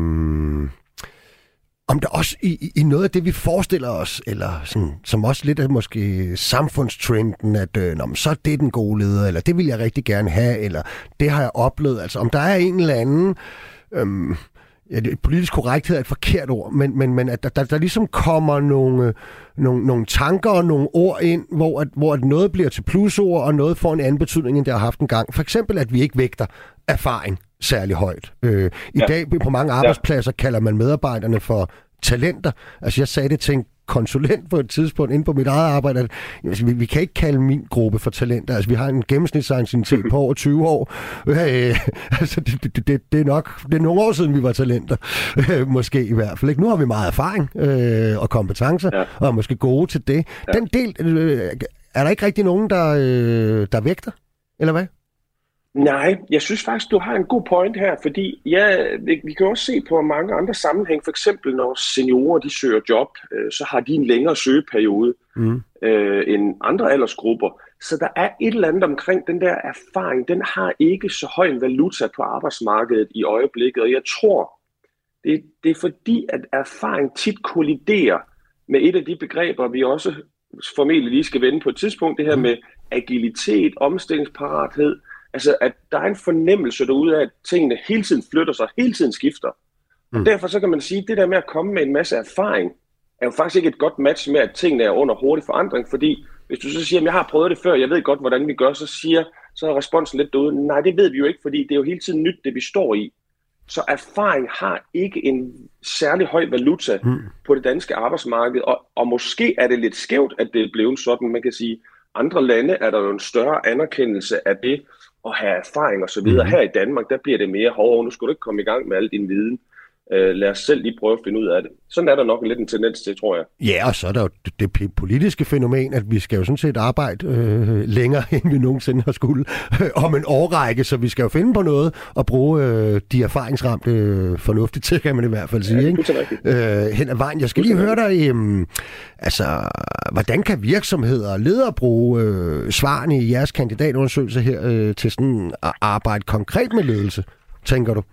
øhm, Om der også i, i noget af det, vi forestiller os, eller sådan, som også lidt af måske samfundstrenden, at øh, nå, så er det den gode leder, eller det vil jeg rigtig gerne have, eller det har jeg oplevet. Altså om der er en eller anden, øhm, ja, politisk korrekthed er et forkert ord, men, men, men at der, der, der ligesom kommer nogle, nogle, nogle tanker og nogle ord ind, hvor, at, hvor at noget bliver til plusord, og noget får en anden betydning, end det har haft en gang. For eksempel, at vi ikke vægter erfaring særlig højt. Øh, I ja. dag på mange arbejdspladser ja. kalder man medarbejderne for talenter. Altså jeg sagde det til en konsulent på et tidspunkt inde på mit eget arbejde, at altså, vi, vi kan ikke kalde min gruppe for talenter. Altså vi har en gennemsnitsanciennitet på over tyve år. Øh, altså det, det, det, det er nok det er nogle år siden, vi var talenter. Øh, måske i hvert fald. Ikke? Nu har vi meget erfaring øh, og kompetencer, ja. og er måske gode til det. Ja. Den del, øh, er der ikke rigtig nogen, der, øh, der vægter? Eller hvad? Nej, jeg synes faktisk, du har en god point her, fordi ja, vi, vi kan også se på mange andre sammenhæng. For eksempel, når seniorer de søger job, øh, så har de en længere søgeperiode mm. øh, end andre aldersgrupper. Så der er et eller andet omkring den der erfaring. Den har ikke så høj en valuta på arbejdsmarkedet i øjeblikket. Og jeg tror, det, det er fordi, at erfaring tit kolliderer med et af de begreber, vi også formentlig lige skal vende på et tidspunkt. Det her med agilitet, omstillingsparathed. Altså, at der er en fornemmelse derude af, at tingene hele tiden flytter sig, hele tiden skifter. Mm. Og derfor så kan man sige, at det der med at komme med en masse erfaring, er jo faktisk ikke et godt match med, at tingene er under hurtig forandring. Fordi hvis du så siger, at jeg har prøvet det før, jeg ved godt, hvordan vi gør, så siger så er responsen lidt derude, nej, det ved vi jo ikke, fordi det er jo hele tiden nyt, det vi står i. Så erfaring har ikke en særlig høj valuta mm. på det danske arbejdsmarked, og, og måske er det lidt skævt, at det er blevet sådan. Man kan sige, andre lande er der jo en større anerkendelse af det, og have erfaring og så videre. Mm. Her i Danmark, der bliver det mere hårdere. Nu skal du ikke komme i gang med al din viden. Uh, lad os selv lige prøve at finde ud af det. Sådan er der nok lidt en tendens til, tror jeg. Ja, og så er der jo det, det politiske fænomen, at vi skal jo sådan set arbejde øh, længere, end vi nogensinde har skulle, øh, om en årrække, så vi skal jo finde på noget og bruge øh, de erfaringsramte øh, fornuftigt til, kan man i hvert fald sige. Ja, ikke? Øh, hen ad vejen. Jeg skal lige høre dig, øh, altså, hvordan kan virksomheder og ledere bruge øh, svarene i jeres kandidatundersøgelse her øh, til sådan at arbejde konkret med ledelse, tænker du?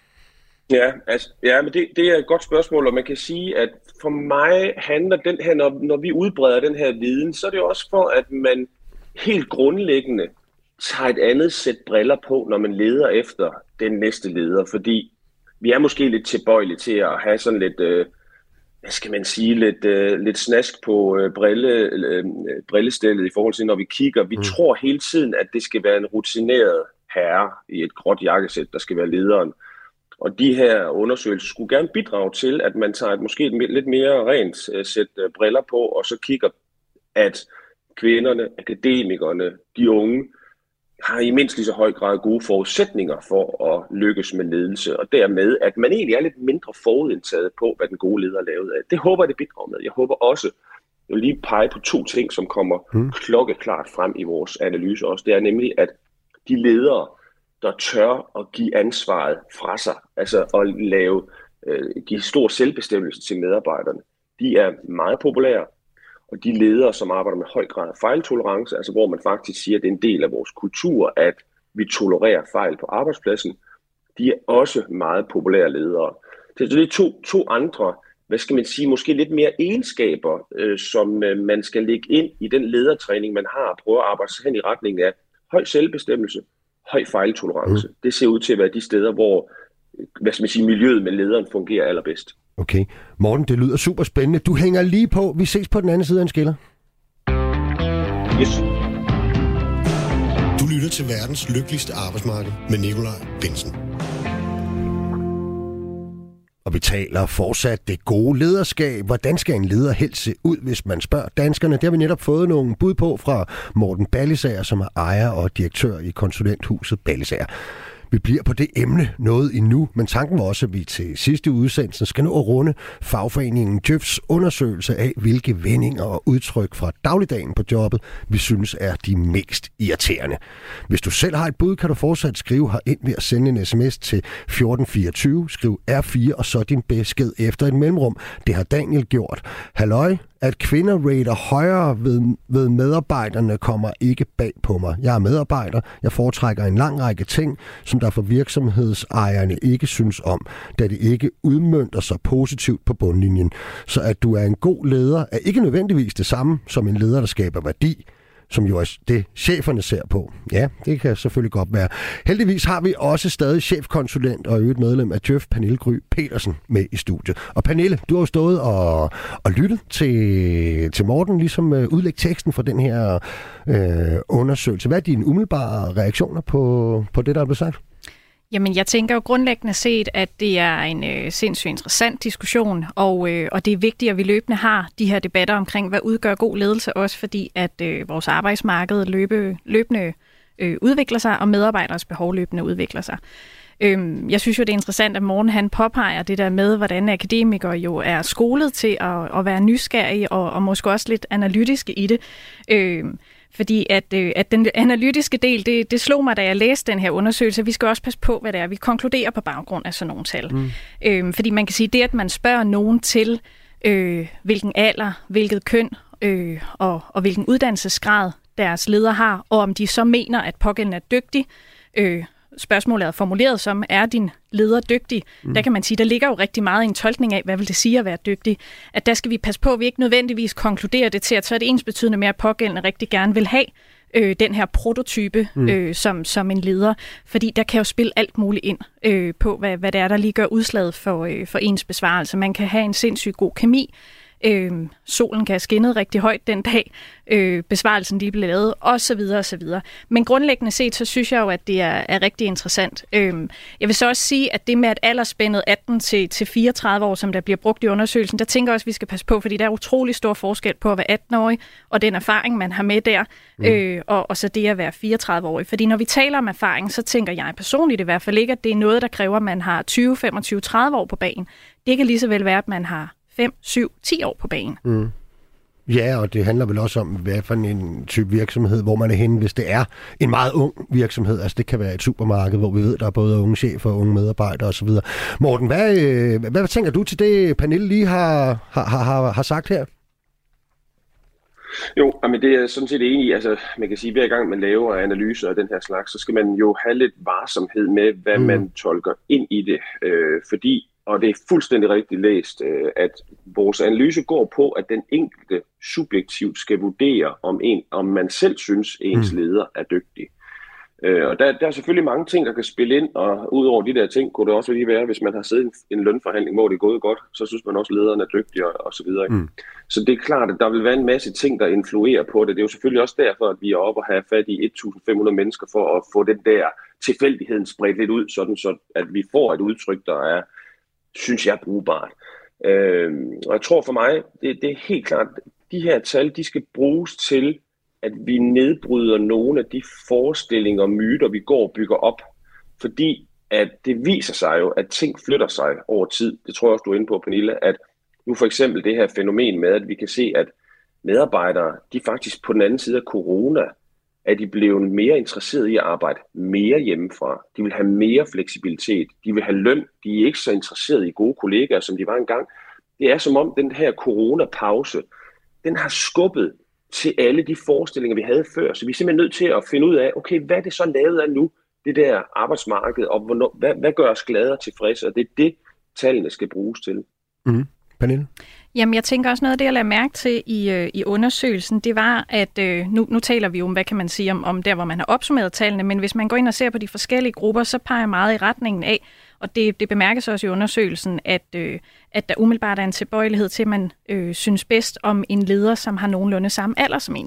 Ja, altså, ja, men det, det er et godt spørgsmål, og man kan sige, at for mig handler den her, når, når vi udbreder den her viden, så er det også for, at man helt grundlæggende tager et andet sæt briller på, når man leder efter den næste leder, fordi vi er måske lidt tilbøjelige til at have sådan lidt, øh, hvad skal man sige, lidt, øh, lidt snask på øh, brille, øh, brillestillet i forhold til, når vi kigger. Vi mm. tror hele tiden, at det skal være en rutineret herre i et gråt jakkesæt, der skal være lederen. Og de her undersøgelser skulle gerne bidrage til, at man tager et måske et lidt mere rent uh, sæt uh, briller på, og så kigger, at kvinderne, akademikerne, de unge, har i mindst lige så høj grad gode forudsætninger for at lykkes med ledelse, og dermed, at man egentlig er lidt mindre forudindtaget på, hvad den gode leder er lavet af. Det håber jeg, det bidrager med. Jeg håber også, jeg vil lige pege på to ting, som kommer hmm. klokkeklart frem i vores analyse også. Det er nemlig, at de ledere, der tør at give ansvaret fra sig, altså at lave, øh, give stor selvbestemmelse til medarbejderne, de er meget populære. Og de ledere, som arbejder med høj grad af fejltolerance, altså hvor man faktisk siger, at det er en del af vores kultur, at vi tolererer fejl på arbejdspladsen, de er også meget populære ledere. Så det er to, to andre, hvad skal man sige, måske lidt mere egenskaber, øh, som øh, man skal lægge ind i den ledertræning, man har, og prøve at arbejde sig hen i retning af høj selvbestemmelse, høj fejltolerance. Mm. Det ser ud til at være de steder, hvor hvad skal man sige, miljøet med lederen fungerer allerbedst. Okay. Morten, det lyder super spændende. Du hænger lige på. Vi ses på den anden side af en skiller. Yes. Du lytter til verdens lykkeligste arbejdsmarked med Nikolaj Bensen. Og vi taler fortsat det gode lederskab. Hvordan skal en leder helst se ud, hvis man spørger danskerne? Det har vi netop fået nogle bud på fra Morten Ballesager, som er ejer og direktør i konsulenthuset Ballesager. Vi bliver på det emne noget endnu, men tanken var også, at vi til sidste udsendelse skal nå at runde fagforeningen Djøfs undersøgelse af, hvilke vendinger og udtryk fra dagligdagen på jobbet, vi synes er de mest irriterende. Hvis du selv har et bud, kan du fortsat skrive herind ved at sende en sms til fjorten fireogtyve, skriv R fire og så din besked efter et mellemrum. Det har Daniel gjort. Halløj. At kvinder rater højere ved, ved medarbejderne kommer ikke bag på mig. Jeg er medarbejder. Jeg foretrækker en lang række ting, som der for virksomhedsejerne ikke synes om, da det ikke udmønter sig positivt på bundlinjen. Så at du er en god leder, er ikke nødvendigvis det samme som en leder, der skaber værdi, som jo er det, cheferne ser på. Ja, det kan selvfølgelig godt være. Heldigvis har vi også stadig chefkonsulent og øvrigt medlem af Djøf, Pernille Gry Petersen, med i studiet. Og Pernille, du har jo stået og, og lyttet til, til Morten, ligesom uh, udlægge teksten for den her uh, undersøgelse. Hvad er dine umiddelbare reaktioner på, på det, der er blevet sagt? Jamen, jeg tænker jo grundlæggende set, at det er en øh, sindssygt interessant diskussion, og, øh, og det er vigtigt, at vi løbende har de her debatter omkring, hvad udgør god ledelse, også fordi at øh, vores arbejdsmarked løbe, løbende øh, udvikler sig, og medarbejderes behov løbende udvikler sig. Øhm, jeg synes jo, det er interessant, at Morten han påpeger det der med, hvordan akademikere jo er skolet til at, at være nysgerrige og, og måske også lidt analytiske i det. Øhm, Fordi at, øh, at den analytiske del, det, det slog mig, da jeg læste den her undersøgelse. Vi skal også passe på, hvad det er, vi konkluderer på baggrund af sådan nogle tal. Mm. Øhm, fordi man kan sige, det, at man spørger nogen til, øh, hvilken alder, hvilket køn øh, og, og hvilken uddannelsesgrad deres leder har, og om de så mener, at pågældende er dygtig. Øh, spørgsmålet er formuleret som, er din leder dygtig? Mm. Der kan man sige, der ligger jo rigtig meget i en tolkning af, hvad vil det sige at være dygtig? At der skal vi passe på, at vi ikke nødvendigvis konkluderer det til, at så er det ensbetydende med, at pågældende rigtig gerne vil have øh, den her prototype mm. øh, som, som en leder. Fordi der kan jo spille alt muligt ind øh, på, hvad, hvad det er, der lige gør udslaget for, øh, for ens besvarelse. Man kan have en sindssygt god kemi. Øh, solen kan have skinnet rigtig højt den dag, øh, besvarelsen lige blev lavet, og så videre, og så videre. Men grundlæggende set, så synes jeg jo, at det er, er rigtig interessant. Øh, jeg vil så også sige, at det med at aldersspændet atten til fireogtredive år, som der bliver brugt i undersøgelsen, der tænker jeg også, at vi skal passe på, fordi der er utrolig stor forskel på at være atten-årig, og den erfaring, man har med der, mm. øh, og, og så det at være fireogtredive-årig. Fordi når vi taler om erfaring, så tænker jeg personligt i hvert fald ikke, at det er noget, der kræver, at man har tyve, femogtyve, tredive år på bagen. Det kan lige så vel være, at man har fem, syv, ti år på banen. Mm. Ja, og det handler vel også om, hvad for en type virksomhed, hvor man er henne, hvis det er en meget ung virksomhed. Altså det kan være et supermarked, hvor vi ved, der er både unge chefer og unge medarbejdere osv. Morten, hvad, hvad, hvad tænker du til det, Pernille lige har, har, har, har sagt her? Jo, men det er sådan set enig i. Altså, man kan sige, at hver gang man laver analyser af den her slags, så skal man jo have lidt varsomhed med, hvad mm. man tolker ind i det. Øh, fordi Og det er fuldstændig rigtigt læst, at vores analyse går på, at den enkelte subjektivt skal vurdere, om, en, om man selv synes, ens leder er dygtig. Og der, der er selvfølgelig mange ting, der kan spille ind, og udover de der ting, kunne det også lige være, hvis man har siddet i en lønforhandling, hvor det er gået godt, så synes man også, at lederen er dygtig og, og så videre. Mm. Så det er klart, at der vil være en masse ting, der influerer på det. Det er jo selvfølgelig også derfor, at vi er oppe og have fat i tusind fem hundrede mennesker for at få den der tilfældigheden spredt lidt ud, sådan så at vi får et udtryk, der er, synes jeg, er brugbart. Øh, og jeg tror for mig, det, det er helt klart, at de her tal, de skal bruges til, at vi nedbryder nogle af de forestillinger og myter, vi går og bygger op. Fordi at det viser sig jo, at ting flytter sig over tid. Det tror jeg også, du er inde på, Pernille, at nu for eksempel det her fænomen med, at vi kan se, at medarbejdere, de faktisk på den anden side af corona, er de blevet mere interesserede i at arbejde mere hjemmefra. De vil have mere fleksibilitet. De vil have løn. De er ikke så interesserede i gode kollegaer, som de var engang. Det er som om den her coronapause, den har skubbet til alle de forestillinger, vi havde før. Så vi er simpelthen nødt til at finde ud af, okay, hvad er det så lavet af nu, det der arbejdsmarked, og hvornår, hvad, hvad gør os glade og tilfredse? Og det er det, tallene skal bruges til. Mm. Pernille? Jamen, jeg tænker også noget af det, jeg lader mærke til i, øh, i undersøgelsen, det var, at øh, nu, nu taler vi om, hvad kan man sige, om, om der, hvor man har opsummeret tallene, men hvis man går ind og ser på de forskellige grupper, så peger meget i retningen af, og det, det bemærkes også i undersøgelsen, at, øh, at der umiddelbart er en tilbøjelighed til, at man øh, synes bedst om en leder, som har nogenlunde samme alder som en selv.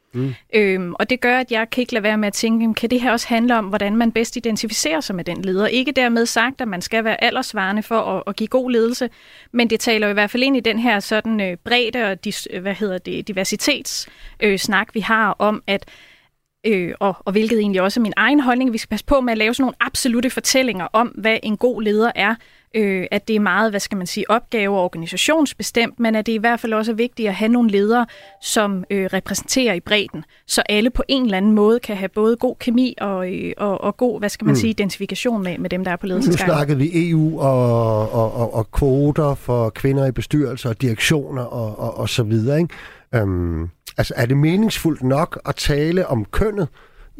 Mm. Øhm, og det gør, at jeg kan ikke lade være med at tænke, kan det her også handle om, hvordan man bedst identificerer sig med den leder? Ikke dermed sagt, at man skal være aldersvarende for at, at give god ledelse, men det taler i hvert fald ind i den her sådan øh, bredde og dis, hvad hedder det, diversitetssnak, øh, snak, vi har om, at Øh, og, og hvilket egentlig også er min egen holdning. Vi skal passe på med at lave sådan nogle absolute fortællinger om, hvad en god leder er. Øh, at det er meget, hvad skal man sige, opgave- og organisationsbestemt, men at det i hvert fald også er vigtigt at have nogle ledere, som øh, repræsenterer i bredden, så alle på en eller anden måde kan have både god kemi og, øh, og, og god, hvad skal man mm. sige, identifikation med, med dem, der er på ledelsesgangen. Nu snakkede vi E U og, og, og, og kvoter for kvinder i bestyrelser og direktioner og, og, og så videre, ikke? Um, altså, er det meningsfuldt nok at tale om kønnet?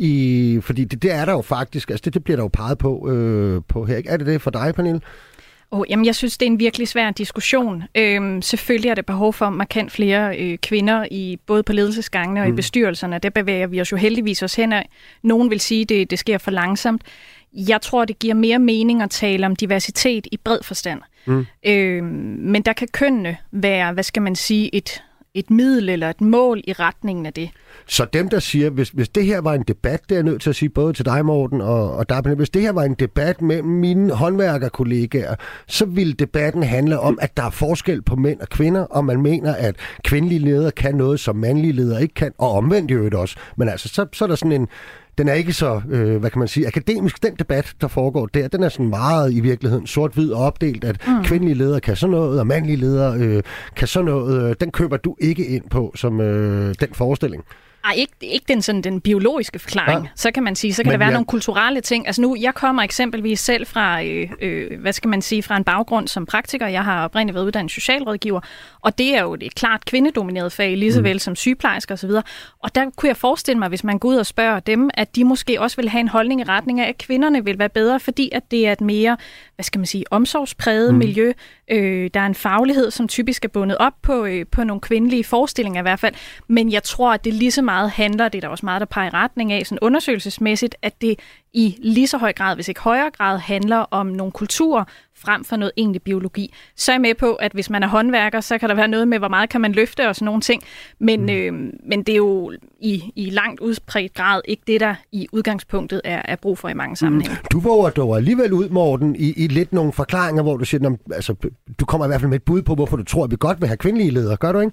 I, fordi det, det er der jo faktisk, altså det, det bliver der jo peget på, øh, på her. Er det det for dig, Pernille? Oh, jamen, jeg synes, det er en virkelig svær diskussion. Øhm, selvfølgelig er der behov for markant flere øh, kvinder, i både på ledelsesgangene og mm. i bestyrelserne. Der bevæger vi os jo heldigvis også hen ad. Nogen vil sige, at det, det sker for langsomt. Jeg tror, det giver mere mening at tale om diversitet i bred forstand. Mm. Øhm, men der kan kønnene være, hvad skal man sige, et... et middel eller et mål i retningen af det. Så dem, der siger, hvis, hvis det her var en debat, det er jeg nødt til at sige både til dig, Morten, og, og dig, hvis det her var en debat med mine håndværkerkollegaer, så ville debatten handle om, at der er forskel på mænd og kvinder, og man mener, at kvindelige ledere kan noget, som mandlige ledere ikke kan, og omvendt jo også. Men altså, så, så er der sådan en, den er ikke så, øh, hvad kan man sige, akademisk, den debat, der foregår der, den er sådan meget i virkeligheden sort-hvid og opdelt, at mm. kvindelige ledere kan sådan noget, og mandlige ledere øh, kan sådan noget. Øh, den køber du ikke ind på som øh, den forestilling. Ej, ikke, ikke den, sådan, den biologiske forklaring. Ja. Så kan man sige, så kan Men, der være ja. nogle kulturelle ting. Altså nu, jeg kommer eksempelvis selv fra, øh, øh, hvad skal man sige, fra en baggrund som praktiker. Jeg har oprindeligt været uddannet socialrådgiver, og det er jo et klart kvindedomineret fag, lige så vel mm. som sygeplejersker osv. Og der kunne jeg forestille mig, hvis man går ud og spørger dem, at de måske også vil have en holdning i retning af, at kvinderne vil være bedre, fordi at det er et mere, hvad skal man sige, omsorgspræget mm. miljø. Øh, der er en faglighed, som typisk er bundet op på, øh, på nogle kvindelige forestillinger i hvert fald. Men jeg tror, at det lige så meget handler, det er der også meget, der peger i retning af, sådan undersøgelsesmæssigt, at det i lige så høj grad, hvis ikke højere grad, handler om nogle kulturer frem for noget egentlig biologi. Så er jeg med på, at hvis man er håndværker, så kan der være noget med, hvor meget kan man løfte og sådan nogle ting. Men, mm. øh, men det er jo i, i langt udspræget grad ikke det, der i udgangspunktet er, er brug for i mange sammenhænge. Mm. Du våger dog alligevel ud, Morten, i, i lidt nogle forklaringer, hvor du siger, altså, du kommer i hvert fald med et bud på, hvorfor du tror, at vi godt vil have kvindelige ledere. Gør du ikke?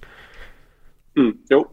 Mm, jo.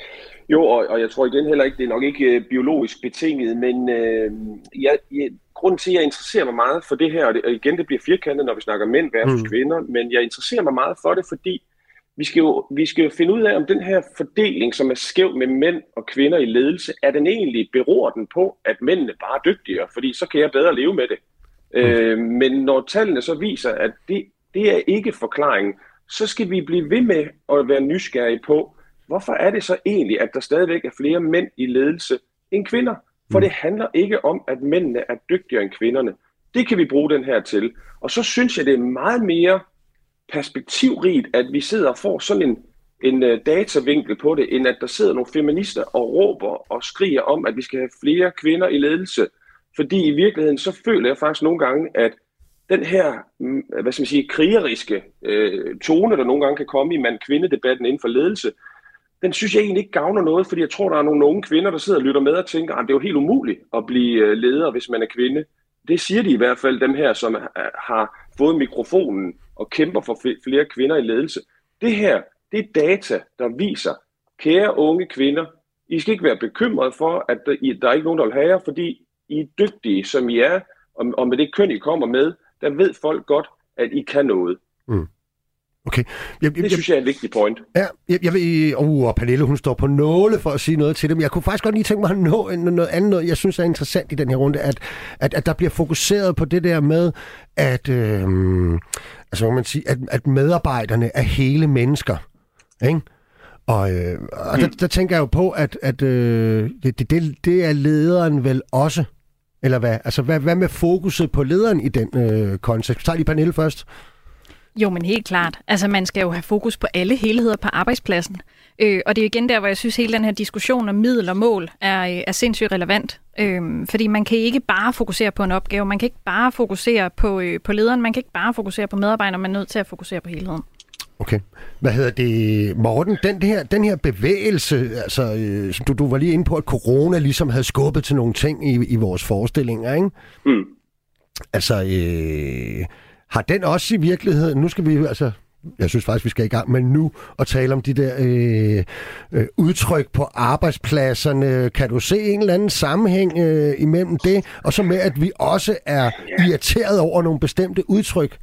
Jo, og, og jeg tror igen heller ikke, det er nok ikke øh, biologisk betinget, men øh, jeg, jeg, grunden til, at jeg interesserer mig meget for det her, og, det, og igen, det bliver firkantet, når vi snakker mænd versus mm. kvinder, men jeg interesserer mig meget for det, fordi vi skal, jo, vi skal jo finde ud af, om den her fordeling, som er skæv med mænd og kvinder i ledelse, er den egentlig, beror den på, at mændene bare er dygtigere, fordi så kan jeg bedre leve med det. Mm. Øh, men når tallene så viser, at det, det er ikke forklaringen, så skal vi blive ved med at være nysgerrige på, hvorfor er det så egentlig, at der stadigvæk er flere mænd i ledelse end kvinder? For det handler ikke om, at mændene er dygtigere end kvinderne. Det kan vi bruge den her til. Og så synes jeg, det er meget mere perspektivrigt, at vi sidder og får sådan en, en datavinkel på det, end at der sidder nogle feminister og råber og skriger om, at vi skal have flere kvinder i ledelse. Fordi i virkeligheden, så føler jeg faktisk nogle gange, at den her, hvad skal man sige, krigeriske øh, tone, der nogle gange kan komme i mand-kvinde-debatten inden for ledelse, den synes jeg egentlig ikke gavner noget, fordi jeg tror, der er nogle unge kvinder, der sidder og lytter med og tænker, at det er jo helt umuligt at blive leder, hvis man er kvinde. Det siger de i hvert fald, dem her, som har fået mikrofonen og kæmper for flere kvinder i ledelse. Det her, det er data, der viser, kære unge kvinder, I skal ikke være bekymrede for, at der er ikke nogen, der vil have jer, fordi I er dygtige, som I er, og med det køn, I kommer med, der ved folk godt, at I kan noget. Mm. Okay. Jeg, jeg, det synes jeg er en vigtig point. Ja, jeg, jeg ved, uh, og Pernille, hun står på nåle for at sige noget til dem. Jeg kunne faktisk godt lige tænke mig at nå noget andet, noget, jeg synes er interessant i den her runde, at, at, at der bliver fokuseret på det der med, at, øh, altså, man sige, at, at medarbejderne er hele mennesker. Ikke? Og, øh, og der, der tænker jeg jo på, at, at øh, det, det, det er lederen vel også. Eller hvad? Altså, hvad, hvad med fokuset på lederen i den øh, kontekst? Vi tager lige Pernille først. Jo, men helt klart. Altså, man skal jo have fokus på alle helheder på arbejdspladsen. Øh, og det er igen der, hvor jeg synes, hele den her diskussion om middel og mål er, er sindssygt relevant. Øh, fordi man kan ikke bare fokusere på en opgave. Man kan ikke bare fokusere på, øh, på lederen. Man kan ikke bare fokusere på medarbejderne. Man er nødt til at fokusere på helheden. Okay. Hvad hedder det, Morten? Den her, den her bevægelse, altså, øh, som du, du var lige inde på, at corona ligesom havde skubbet til nogle ting i, i vores forestillinger, ikke? Mm. Altså, øh, har den også i virkeligheden, nu skal vi altså, jeg synes faktisk, vi skal i gang med nu at tale om de der øh, øh, udtryk på arbejdspladserne. Kan du se en eller anden sammenhæng øh, imellem det, og så med, at vi også er irriteret over nogle bestemte udtryk?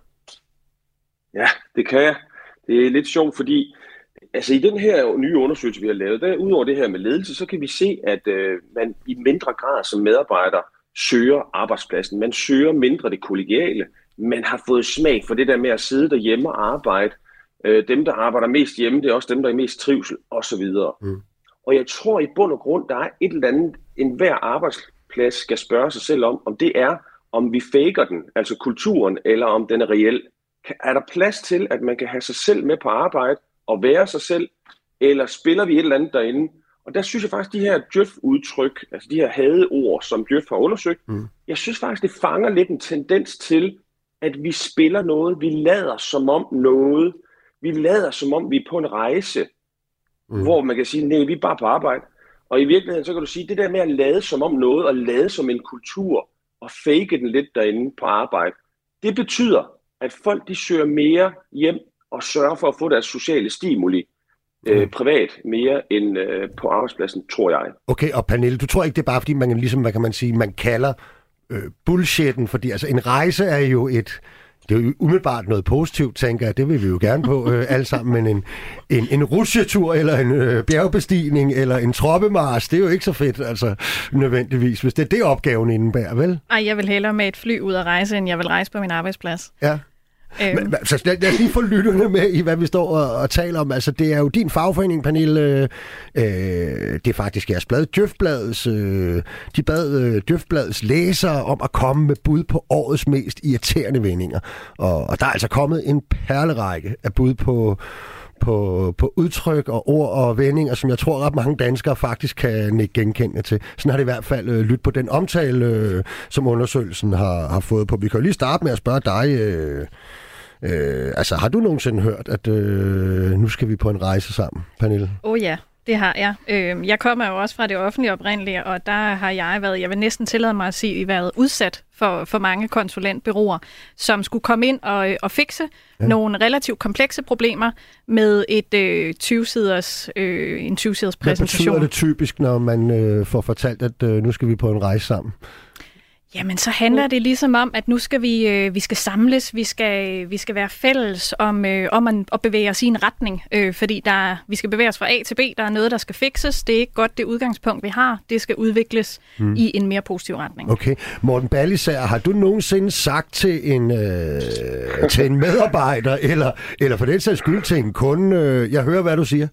Ja, det kan jeg. Det er lidt sjovt, fordi altså, i den her nye undersøgelse, vi har lavet, der, udover det her med ledelse, så kan vi se, at øh, man i mindre grad som medarbejder søger arbejdspladsen. Man søger mindre det kollegiale. Man har fået smag for det der med at sidde derhjemme og arbejde. Øh, dem, der arbejder mest hjemme, det er også dem, der er mest trivsel, osv. Mm. Og jeg tror i bund og grund, der er et eller andet, enhver arbejdsplads skal spørge sig selv om, om det er, om vi faker den, altså kulturen, eller om den er reel. Er der plads til, at man kan have sig selv med på arbejde og være sig selv, eller spiller vi et eller andet derinde? Og der synes jeg faktisk, de her Djøf-udtryk, altså de her hadeord, som Djøf har undersøgt, mm. jeg synes faktisk, det fanger lidt en tendens til, at vi spiller noget, vi lader som om noget, vi lader som om vi er på en rejse, mm. hvor man kan sige, nej, vi er bare på arbejde. Og i virkeligheden, så kan du sige, det der med at lade som om noget, og lade som en kultur, og fake den lidt derinde på arbejde, det betyder, at folk de søger mere hjem og sørger for at få deres sociale stimuli øh, mm. privat mere end øh, på arbejdspladsen, tror jeg. Okay, og Pernille, du tror ikke, det er bare fordi, man ligesom, hvad kan man sige, man kalder øh, bullshitten, fordi altså en rejse er jo et, det er jo umiddelbart noget positivt, tænker jeg, det vil vi jo gerne på øh, alle sammen, men en, en, en rutsjetur eller en øh, bjergbestigning eller en troppemars, det er jo ikke så fedt, altså nødvendigvis, hvis det er det opgaven indebærer, vel? Ej, jeg vil hellere med et fly ud at rejse, end jeg vil rejse på min arbejdsplads. Ja. Øhm. Så lad, lad os lige få lytterne med i, hvad vi står og, og taler om. Altså, det er jo din fagforening, Pernille. Øh, det er faktisk jeres blad, Djøf-bladets. Øh, de bad øh, Djøf-bladets læsere om at komme med bud på årets mest irriterende vendinger. Og, og der er altså kommet en perlerække af bud på, på, på udtryk og ord og vendinger, som jeg tror ret mange danskere faktisk kan nikke genkendende til. Sådan har det i hvert fald øh, lyttet på den omtale, øh, som undersøgelsen har, har fået på. Vi kan jo lige starte med at spørge dig... Øh, Øh, altså, har du nogensinde hørt, at øh, nu skal vi på en rejse sammen, Pernille? Åh oh ja, det har jeg. Øh, jeg kommer jo også fra det offentlige oprindelige, og der har jeg været, jeg vil næsten tillade mig at sige, været udsat for, for mange konsulentbureauer, som skulle komme ind og, og fikse ja. nogle relativt komplekse problemer med et øh, tyve-siders, øh, en tyve-siders præsentation. Hvad betyder det typisk, når man øh, får fortalt, at øh, nu skal vi på en rejse sammen? Jamen, så handler det ligesom om, at nu skal vi, øh, vi skal samles, vi skal, vi skal være fælles om, øh, om at, at bevæge os i en retning, øh, fordi der, vi skal bevæge os fra A til B, der er noget, der skal fikses, det er ikke godt det udgangspunkt, vi har, det skal udvikles hmm. i en mere positiv retning. Okay. Morten Ballisager, har du nogensinde sagt til en, øh, til en medarbejder, eller, eller for den sags skyld til en kunde, øh, jeg hører, hvad du siger?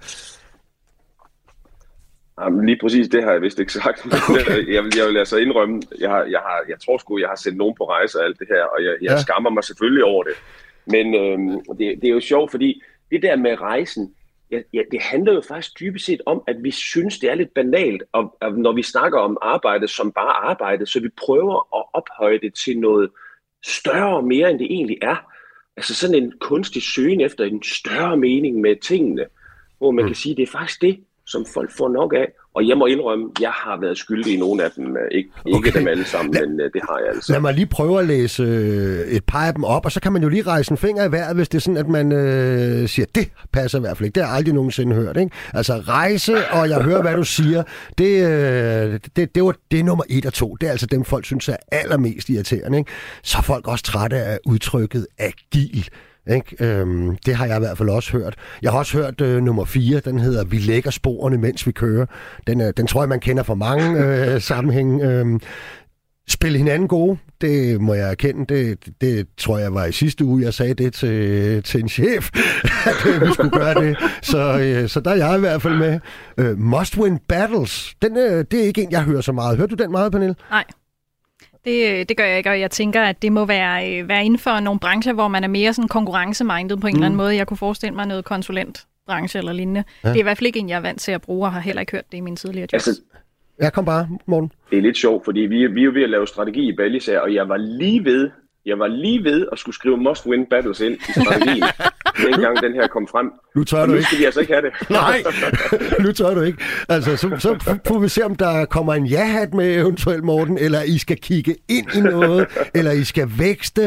Jamen, lige præcis det har jeg vist ikke sagt. Okay. Jeg, vil, jeg vil altså indrømme, jeg, har, jeg, har, jeg tror sgu, jeg har sendt nogen på rejse og alt det her, og jeg, jeg ja. skammer mig selvfølgelig over det. Men øhm, det, det er jo sjovt, fordi det der med rejsen, ja, ja, det handler jo faktisk dybest set om, at vi synes, det er lidt banalt, og, og når vi snakker om arbejde som bare arbejde, så vi prøver at ophøje det til noget større og mere, end det egentlig er. Altså sådan en kunstig søgen efter en større mening med tingene, hvor man mm. kan sige, det er faktisk det, som folk får nok af. Og jeg må indrømme, jeg har været skyldig i nogle af dem. Ikke, ikke okay. dem alle sammen, lad, men det har jeg altså. Lad mig lige prøve at læse et par af dem op, og så kan man jo lige rejse en finger i vejret, hvis det er sådan, at man øh, siger, det passer i hvert fald ikke. Det har jeg aldrig nogensinde hørt. Ikke? Altså rejse, og jeg hører, hvad du siger, det, øh, det, det, var, det er nummer et og to. Det er altså dem, folk synes er allermest irriterende. Ikke? Så er folk også trætte af udtrykket agil. Ikke? Øhm, det har jeg i hvert fald også hørt. Jeg har også hørt øh, nummer fire, den hedder Vi lægger sporene, mens vi kører. Den, øh, den tror jeg, man kender fra mange øh, sammenhæng. Øhm, spil hinanden gode, det må jeg erkende. Det, det, det tror jeg var i sidste uge, jeg sagde det til, til en chef, at øh, vi skulle gøre det. Så, øh, så der er jeg i hvert fald med. Øh, must win battles, den, øh, det er ikke en, jeg hører så meget. Hørte du den meget, Pernille? Nej. Det, det gør jeg ikke, og jeg tænker, at det må være, være inden for nogle brancher, hvor man er mere sådan konkurrencemindet på en mm. eller anden måde. Jeg kunne forestille mig noget konsulentbranche eller lignende. Ja. Det er i hvert fald ikke en, jeg er vant til at bruge, og har heller ikke hørt det i mine tidligere jobs. Altså, jeg kom bare, Morten. Det er lidt sjovt, fordi vi, vi er jo ved at lave strategi i Ballisager, og jeg var lige ved, jeg var lige ved at skulle skrive must win battles ind i strategien. dengang den her kom frem. Nu tør og du nu ikke. skal vi altså ikke have det. Nej, nu tør du ikke. Altså, så, så får vi se, om der kommer en ja-hat med eventuelt, Morten, eller I skal kigge ind i noget, eller I skal vækste.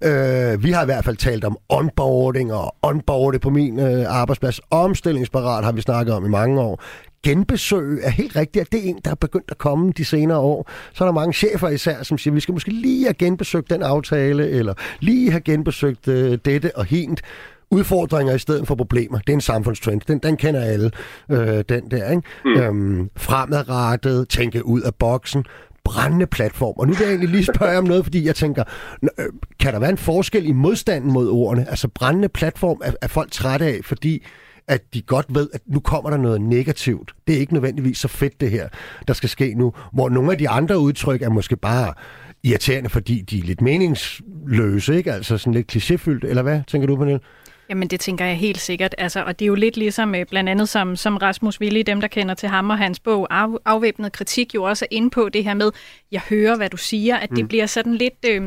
Uh, vi har i hvert fald talt om onboarding og onboarding på min uh, arbejdsplads. Omstillingsparat har vi snakket om i mange år. Genbesøg er helt rigtigt, at det er en, der er begyndt at komme de senere år. Så er der mange chefer især, som siger, at vi skal måske lige have genbesøgt den aftale, eller lige have genbesøgt øh, dette og hint. Udfordringer i stedet for problemer. Det er en samfundstrend. Den, den kender alle, øh, den der. Ikke? Mm. Øhm, fremadrettet, tænke ud af boksen, brændende platform. Og nu vil jeg egentlig lige spørge om noget, fordi jeg tænker, øh, kan der være en forskel i modstanden mod ordene? Altså brændende platform er, er folk trætte af, fordi at de godt ved, at nu kommer der noget negativt. Det er ikke nødvendigvis så fedt, det her, der skal ske nu. Hvor nogle af de andre udtryk er måske bare irriterende, fordi de er lidt meningsløse, ikke? Altså sådan lidt klichéfyldt, eller hvad, tænker du, Pernille? Jamen, det tænker jeg helt sikkert. Altså, og det er jo lidt ligesom blandt andet som, som Rasmus Willi, dem der kender til ham og hans bog af, Afvæbnet kritik, jo også er inde på det her med, jeg hører, hvad du siger, at det mm. bliver sådan lidt... Øh,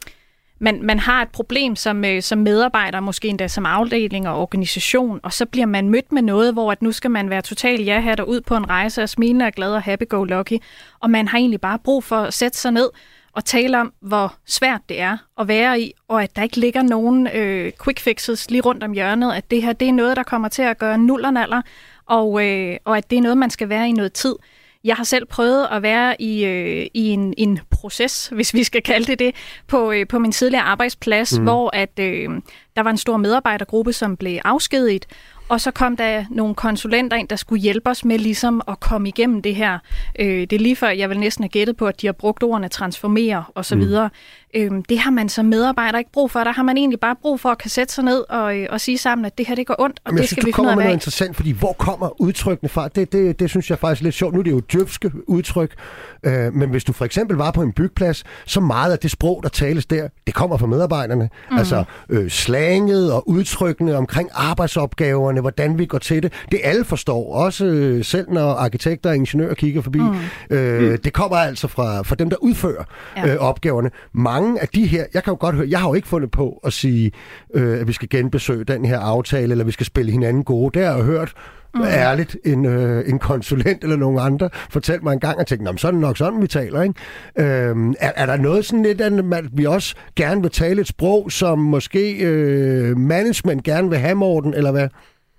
Man, man har et problem som, øh, som medarbejder, måske endda som afdeling og organisation, og så bliver man mødt med noget, hvor at nu skal man være total ja-hat og ud på en rejse og smilende og glad og happy-go-lucky, og man har egentlig bare brug for at sætte sig ned og tale om, hvor svært det er at være i, og at der ikke ligger nogen øh, quick fixes lige rundt om hjørnet, at det her det er noget, der kommer til at gøre nul og naller, og, øh, og at det er noget, man skal være i noget tid. Jeg har selv prøvet at være i, øh, i en, en proces, hvis vi skal kalde det det, på, øh, på min tidligere arbejdsplads, mm. hvor at, øh, der var en stor medarbejdergruppe, som blev afskediget, og så kom der nogle konsulenter ind, der skulle hjælpe os med ligesom at komme igennem det her. Øh, det er lige før, jeg vil næsten have gættet på, at de har brugt ordene transformere og så videre. Mm. Øh, det har man som medarbejder ikke brug for. Der har man egentlig bare brug for at kan sætte sig ned og, og sige sammen, at det her det går ondt, og men det synes, skal vi finde ud af. Men jeg synes, du kommer med noget interessant, fordi hvor kommer udtrykkene fra? Det, det, det synes jeg faktisk er lidt sjovt. Nu er det jo djøfske udtryk, øh, men hvis du for eksempel var på en byggeplads, så meget af det sprog, der tales der, det kommer fra medarbejderne. Mm. Altså øh, slanget og udtrykkene omkring arbejdsopgaverne, hvordan vi går til det. Det alle forstår, også øh, selv når arkitekter og ingeniører kigger forbi. Mm. Øh, mm. Det kommer altså fra, fra dem, der udfører ja. øh, opgaverne. Mange af de her, jeg kan jo godt høre, jeg har jo ikke fundet på at sige, øh, at vi skal genbesøge den her aftale, eller vi skal spille hinanden gode. Det har jeg hørt mm. ærligt en, øh, en konsulent eller nogen andre fortalte mig en gang, og tænkte, så er det nok sådan, vi taler, ikke? Øh, er, er der noget sådan lidt, at vi også gerne vil tale et sprog, som måske øh, management gerne vil have, Morten, eller hvad?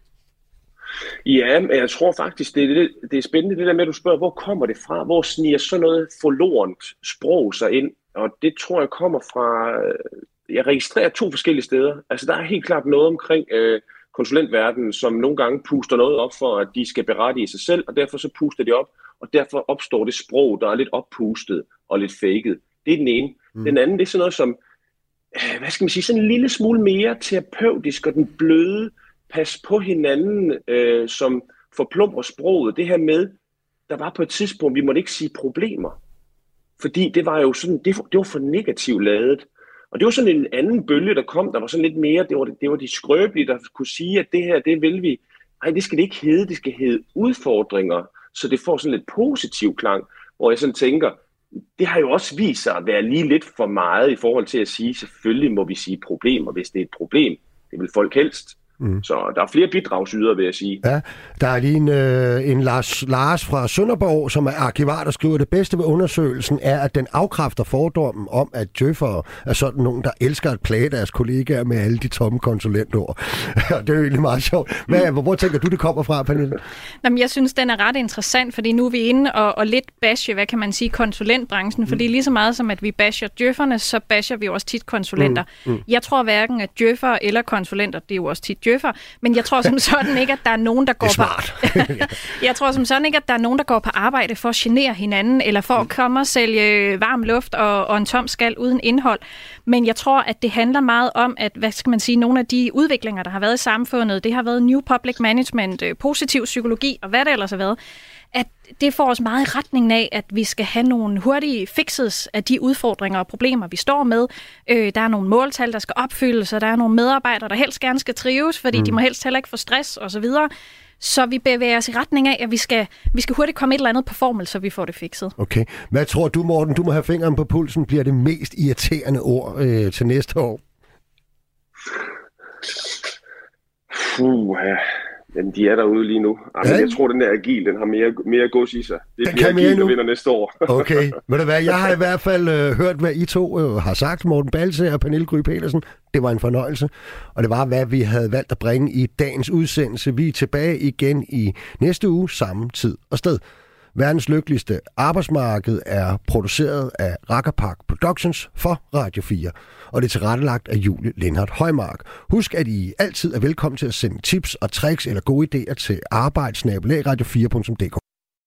Ja, men jeg tror faktisk, det er, det, det er spændende det der med, at du spørger, hvor kommer det fra? Hvor sniger sådan noget forlorent sprog sig ind? Og det tror jeg kommer fra, jeg registrerer to forskellige steder. Altså der er helt klart noget omkring øh, konsulentverdenen, som nogle gange puster noget op for, at de skal berette i sig selv, og derfor så puster de op, og derfor opstår det sprog, der er lidt oppustet og lidt faked. Det er den ene. Mm. Den anden, det er sådan noget som, hvad skal man sige, sådan en lille smule mere terapeutisk, og den bløde, pas på hinanden, øh, som forplumrer sproget. Det her med, der var på et tidspunkt, vi måtte ikke sige problemer. Fordi det var jo sådan, det, det var for negativt ladet. Og det var sådan en anden bølge, der kom, der var sådan lidt mere, det var, det var de skrøbelige, der kunne sige, at det her, det vil vi. Nej, det skal det ikke hedde, det skal hedde udfordringer, så det får sådan lidt positiv klang, hvor jeg sådan tænker, det har jo også vist sig at være lige lidt for meget i forhold til at sige, selvfølgelig må vi sige problemer, hvis det er et problem. Det vil folk helst. Mm. Så der er flere bidragsydere, vil jeg sige. Ja, der er lige en, øh, en Lars, Lars fra Sønderborg, som er arkivar, der skriver, at det bedste ved undersøgelsen er, at den afkræfter fordommen om, at djøffere er sådan nogen, der elsker at plage deres kollegaer med alle de tomme konsulentord. Det er jo egentlig meget sjovt. Hvad, hvor, hvor tænker du, det kommer fra, Pernille? Jamen, jeg synes, den er ret interessant, fordi nu er vi inde og, og lidt bashe, hvad kan man sige, konsulentbranchen, fordi mm. lige så meget som, at vi basher djøfferne, så basher vi også tit konsulenter. Mm. Mm. Jeg tror hverken, at djøffere eller konsulenter, det er jo også tit djøffer, men jeg tror som sådan ikke, at der er nogen, der går på Jeg tror som sådan ikke, at der er nogen, der går på arbejde for at genere hinanden, eller for at komme og sælge varm luft og, og en tom skal uden indhold. Men jeg tror, at det handler meget om, at hvad skal man sige, nogle af de udviklinger, der har været i samfundet, det har været New Public Management, positiv psykologi og hvad det ellers har været, at det får os meget i retningen af, at vi skal have nogle hurtige fixes af de udfordringer og problemer, vi står med. Øh, der er nogle måltal, der skal opfyldes, og der er nogle medarbejdere, der helst gerne skal trives, fordi mm. de må helst heller ikke få stress osv. Så vi bevæger os i retning af, at vi skal, vi skal hurtigt komme et eller andet på formel, så vi får det fikset. Okay. Hvad tror du, Morten? Du må have fingeren på pulsen. Bliver det mest irriterende ord øh, til næste år? Puh, ja. Men de er derude lige nu. Ej, ja. Jeg tror, den der agil, den har mere, mere gods i sig. Det bliver agil, der vinder næste år. Okay. Ved du hvad, jeg har i hvert fald øh, hørt, hvad I to øh, har sagt, Morten Balse og Pernille Gry Petersen. Det var en fornøjelse. Og det var, hvad vi havde valgt at bringe i dagens udsendelse. Vi er tilbage igen i næste uge, samme tid og sted. Verdens lykkeligste arbejdsmarked er produceret af Rakkerpark Productions for Radio fire, og det er tilrettelagt af Julie Lindhardt Højmark. Husk, at I altid er velkommen til at sende tips og tricks eller gode idéer til arbejde snabel-a radio fire punktum d k.